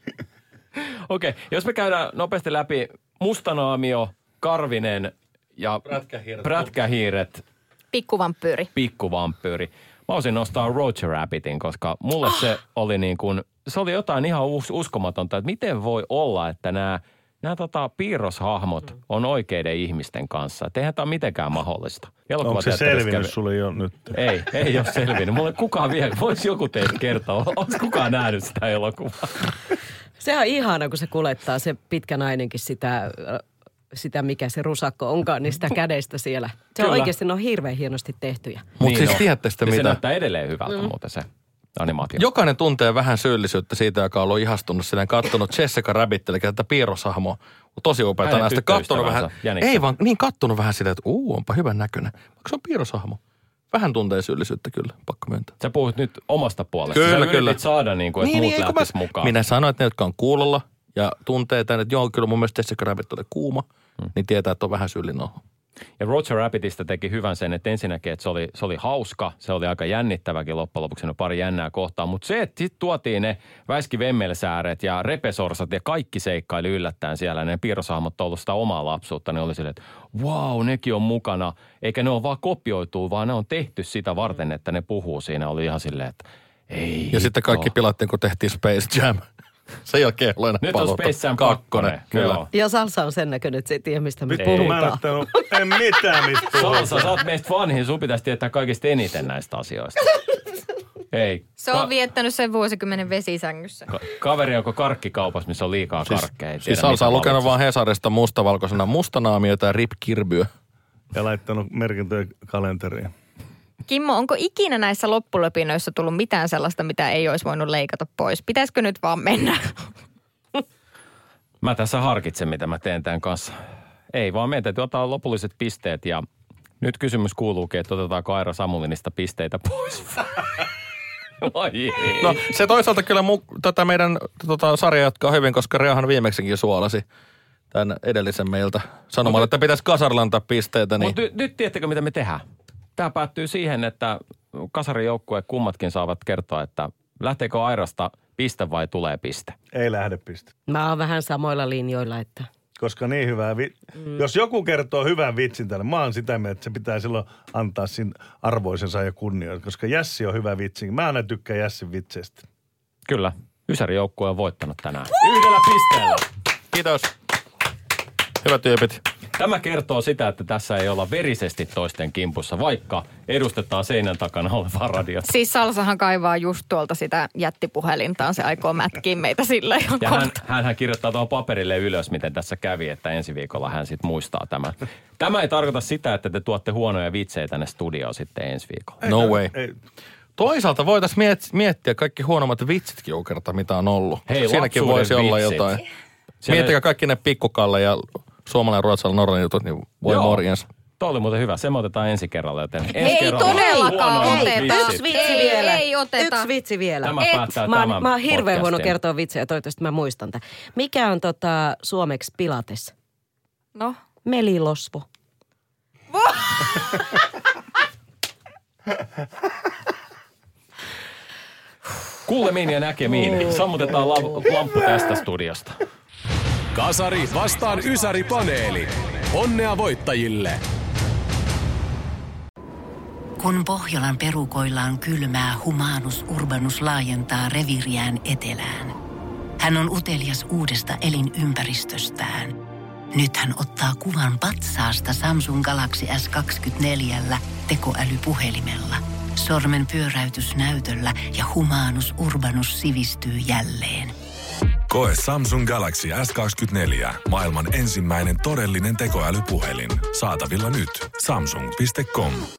Okei, okay, jos me käydään nopeasti läpi Mustanaamio, Karvinen ja Prätkähiiret. Prätkähiiret Pikkuvampyyri. Pikkuvampyyri. Mä olisin nostaa Roger Rabbitin, koska mulle oh. se oli niin kuin, se oli jotain ihan us- uskomatonta, että miten voi olla, että nämä, nämä tota, piirroshahmot on oikeiden ihmisten kanssa. Et eihän tämä ole mitenkään mahdollista. Onko se selvinnyt kävi... sulle jo nyt? Ei, ei ole selvinnyt. Mulle kukaan vielä, voisi joku teistä kertoa, onko kukaan nähnyt sitä elokuvaa? Se on ihana, kun se kulettaa se pitkä nainenkin sitä, sitä mikä se rusakko onkaan, niin sitä kädestä siellä. Se Kyllä. on oikeasti, ne on hirveän hienosti tehtyjä. Mutta niin siis tiedätte sitä mitä? Se näyttää edelleen hyvältä mm. muuten se animaatio. Jokainen tuntee vähän syyllisyyttä siitä, joka on ollut ihastunut silleen, kattonut Jessica Rabbit, eli tätä piirroshahmoa. Tosi upeata näistä. Kattonut vähän, ei vaan, niin kattonut vähän sitä, että uu, onpa hyvän näköinen. Vaikka se on piirroshahmo. Vähän tuntee syyllisyyttä kyllä, pakko myöntää. Sä puhut nyt omasta puolesta. Kyllä, Sä kyllä. saada niin kuin, että niin, muut niin, lähtis mä, mukaan. Minä sanoin, että ne, jotka on kuulolla ja tuntee tämän, että joo, kyllä mun mielestä Jessica Rabbit oli kuuma, hmm. niin tietää, että on vähän syyllinen oho. Ja Roger Rabbitista teki hyvän sen, että ensinnäkin, että se oli, se oli hauska, se oli aika jännittäväkin loppujen lopuksi, no pari jännää kohtaa, mutta se, että sitten tuotiin ne väiskivemmelsääret ja repesorsat ja kaikki seikkaili yllättäen siellä, ne piirroshahmot on ollut sitä omaa lapsuutta, ne oli silleen, että wow, nekin on mukana, eikä ne ole vaan kopioitu, vaan ne on tehty sitä varten, että ne puhuu siinä, oli ihan silleen, että ei. Ja sitten kaikki pilattiin, kun tehtiin Space Jam. Sen jälkeen olen nyt on Space Jam kakkonen. Kyllä. Ja Salsa on sen näköinen, että se ei tiedä, mistä me Vittu, puhutaan. Mä en ottanut, en mitään, mistä puhutaan. Salsa, sä oot meistä vanhin, sun pitäisi tietää kaikista eniten näistä asioista. Ei. Se on Ka- viettänyt sen vuosikymmenen vesisängyssä. Ka- kaveri onko karkkikaupassa, missä on liikaa siis, karkkeja. Siis Salsa on lukenut vaan Hesarista mustavalkoisena mustanaamiota ja Rip Kirbyä. Ja laittanut merkintöjä kalenteriin. Kimmo, onko ikinä näissä loppulöpinöissä tullut mitään sellaista, mitä ei olisi voinut leikata pois? Pitäisikö nyt vaan mennä? Mä tässä harkitsen, mitä mä teen tämän kanssa. Ei vaan meidän täytyy ottaa lopulliset pisteet ja nyt kysymys kuuluukin, että otetaanko Aira Samulinista pisteitä pois. Vai ei? No se toisaalta kyllä mu- tätä meidän tota, sarja jatkaa hyvin, koska Reahan viimeksinkin suolasi tämän edellisen meiltä sanomalla, että pitäisi kasarilla antaa pisteitä. Niin... Mutta nyt, nyt tiedättekö, mitä me tehdään? Tämä päättyy siihen, että kasarijoukkue kummatkin saavat kertoa, että lähteekö Airasta piste vai tulee piste? Ei lähde piste. Mä oon vähän samoilla linjoilla, että... Koska niin hyvää, vi- mm. jos joku kertoo hyvän vitsin tälle, mä oon sitä mieltä, että se pitää silloin antaa siinä arvoisensa ja kunnioita, koska Jässi on hyvä vitsi. Mä aina tykkään Jässin vitseistä. Kyllä, Ysäri-joukkue on voittanut tänään. Yhdellä pisteellä. Kiitos. Hyvä tyypit. Tämä kertoo sitä, että tässä ei olla verisesti toisten kimpussa, vaikka edustetaan seinän takana olevaa radiota. Siis Salsahan kaivaa just tuolta sitä jättipuhelintaan, se aikoo mätkiä meitä sillä jo ja hän, hänhän kirjoittaa tuohon paperille ylös, miten tässä kävi, että ensi viikolla hän sitten muistaa tämän. Tämä ei tarkoita sitä, että te tuotte huonoja vitsejä tänne studioon sitten ensi viikolla. No way. Ei. Toisaalta voitaisiin miet- miettiä kaikki huonommat vitsitkin kerta, mitä on ollut. Hei, siinäkin voisi olla vitsit. jotain. Siellä... Miettikää kaikki ne pikkukalle ja suomalainen, ruotsalainen, norrainen jutut, niin voi Joo. morjens. Tuo oli muuten hyvä. Se me otetaan ensi kerralla, joten ensi Ei kerralla todellakaan huono oteta. vitsit. Yksi vitsi Ei, vielä. ei oteta. Yksi vitsi vielä. Tämä Et. päättää Mä tämän oon, mä oon hirveän huono podcastin. kertoa vitsejä, toivottavasti mä muistan tämän. Mikä on tota, suomeksi pilates? No. Melilosvo. Kuulemiin ja näkemiin. Sammutetaan la- lamppu tästä studiosta. Kasari vastaan Ysäri-paneeli. Onnea voittajille! Kun Pohjolan perukoillaan kylmää, Humanus Urbanus laajentaa reviriään etelään. Hän on utelias uudesta elinympäristöstään. Nyt hän ottaa kuvan patsaasta Samsung Galaxy S kaksikymmentäneljä tekoälypuhelimella. Sormen pyöräytys näytöllä ja Humanus Urbanus sivistyy jälleen. Koe Samsung Galaxy S kaksikymmentäneljä. Maailman ensimmäinen todellinen tekoälypuhelin. Saatavilla nyt. Samsung piste com.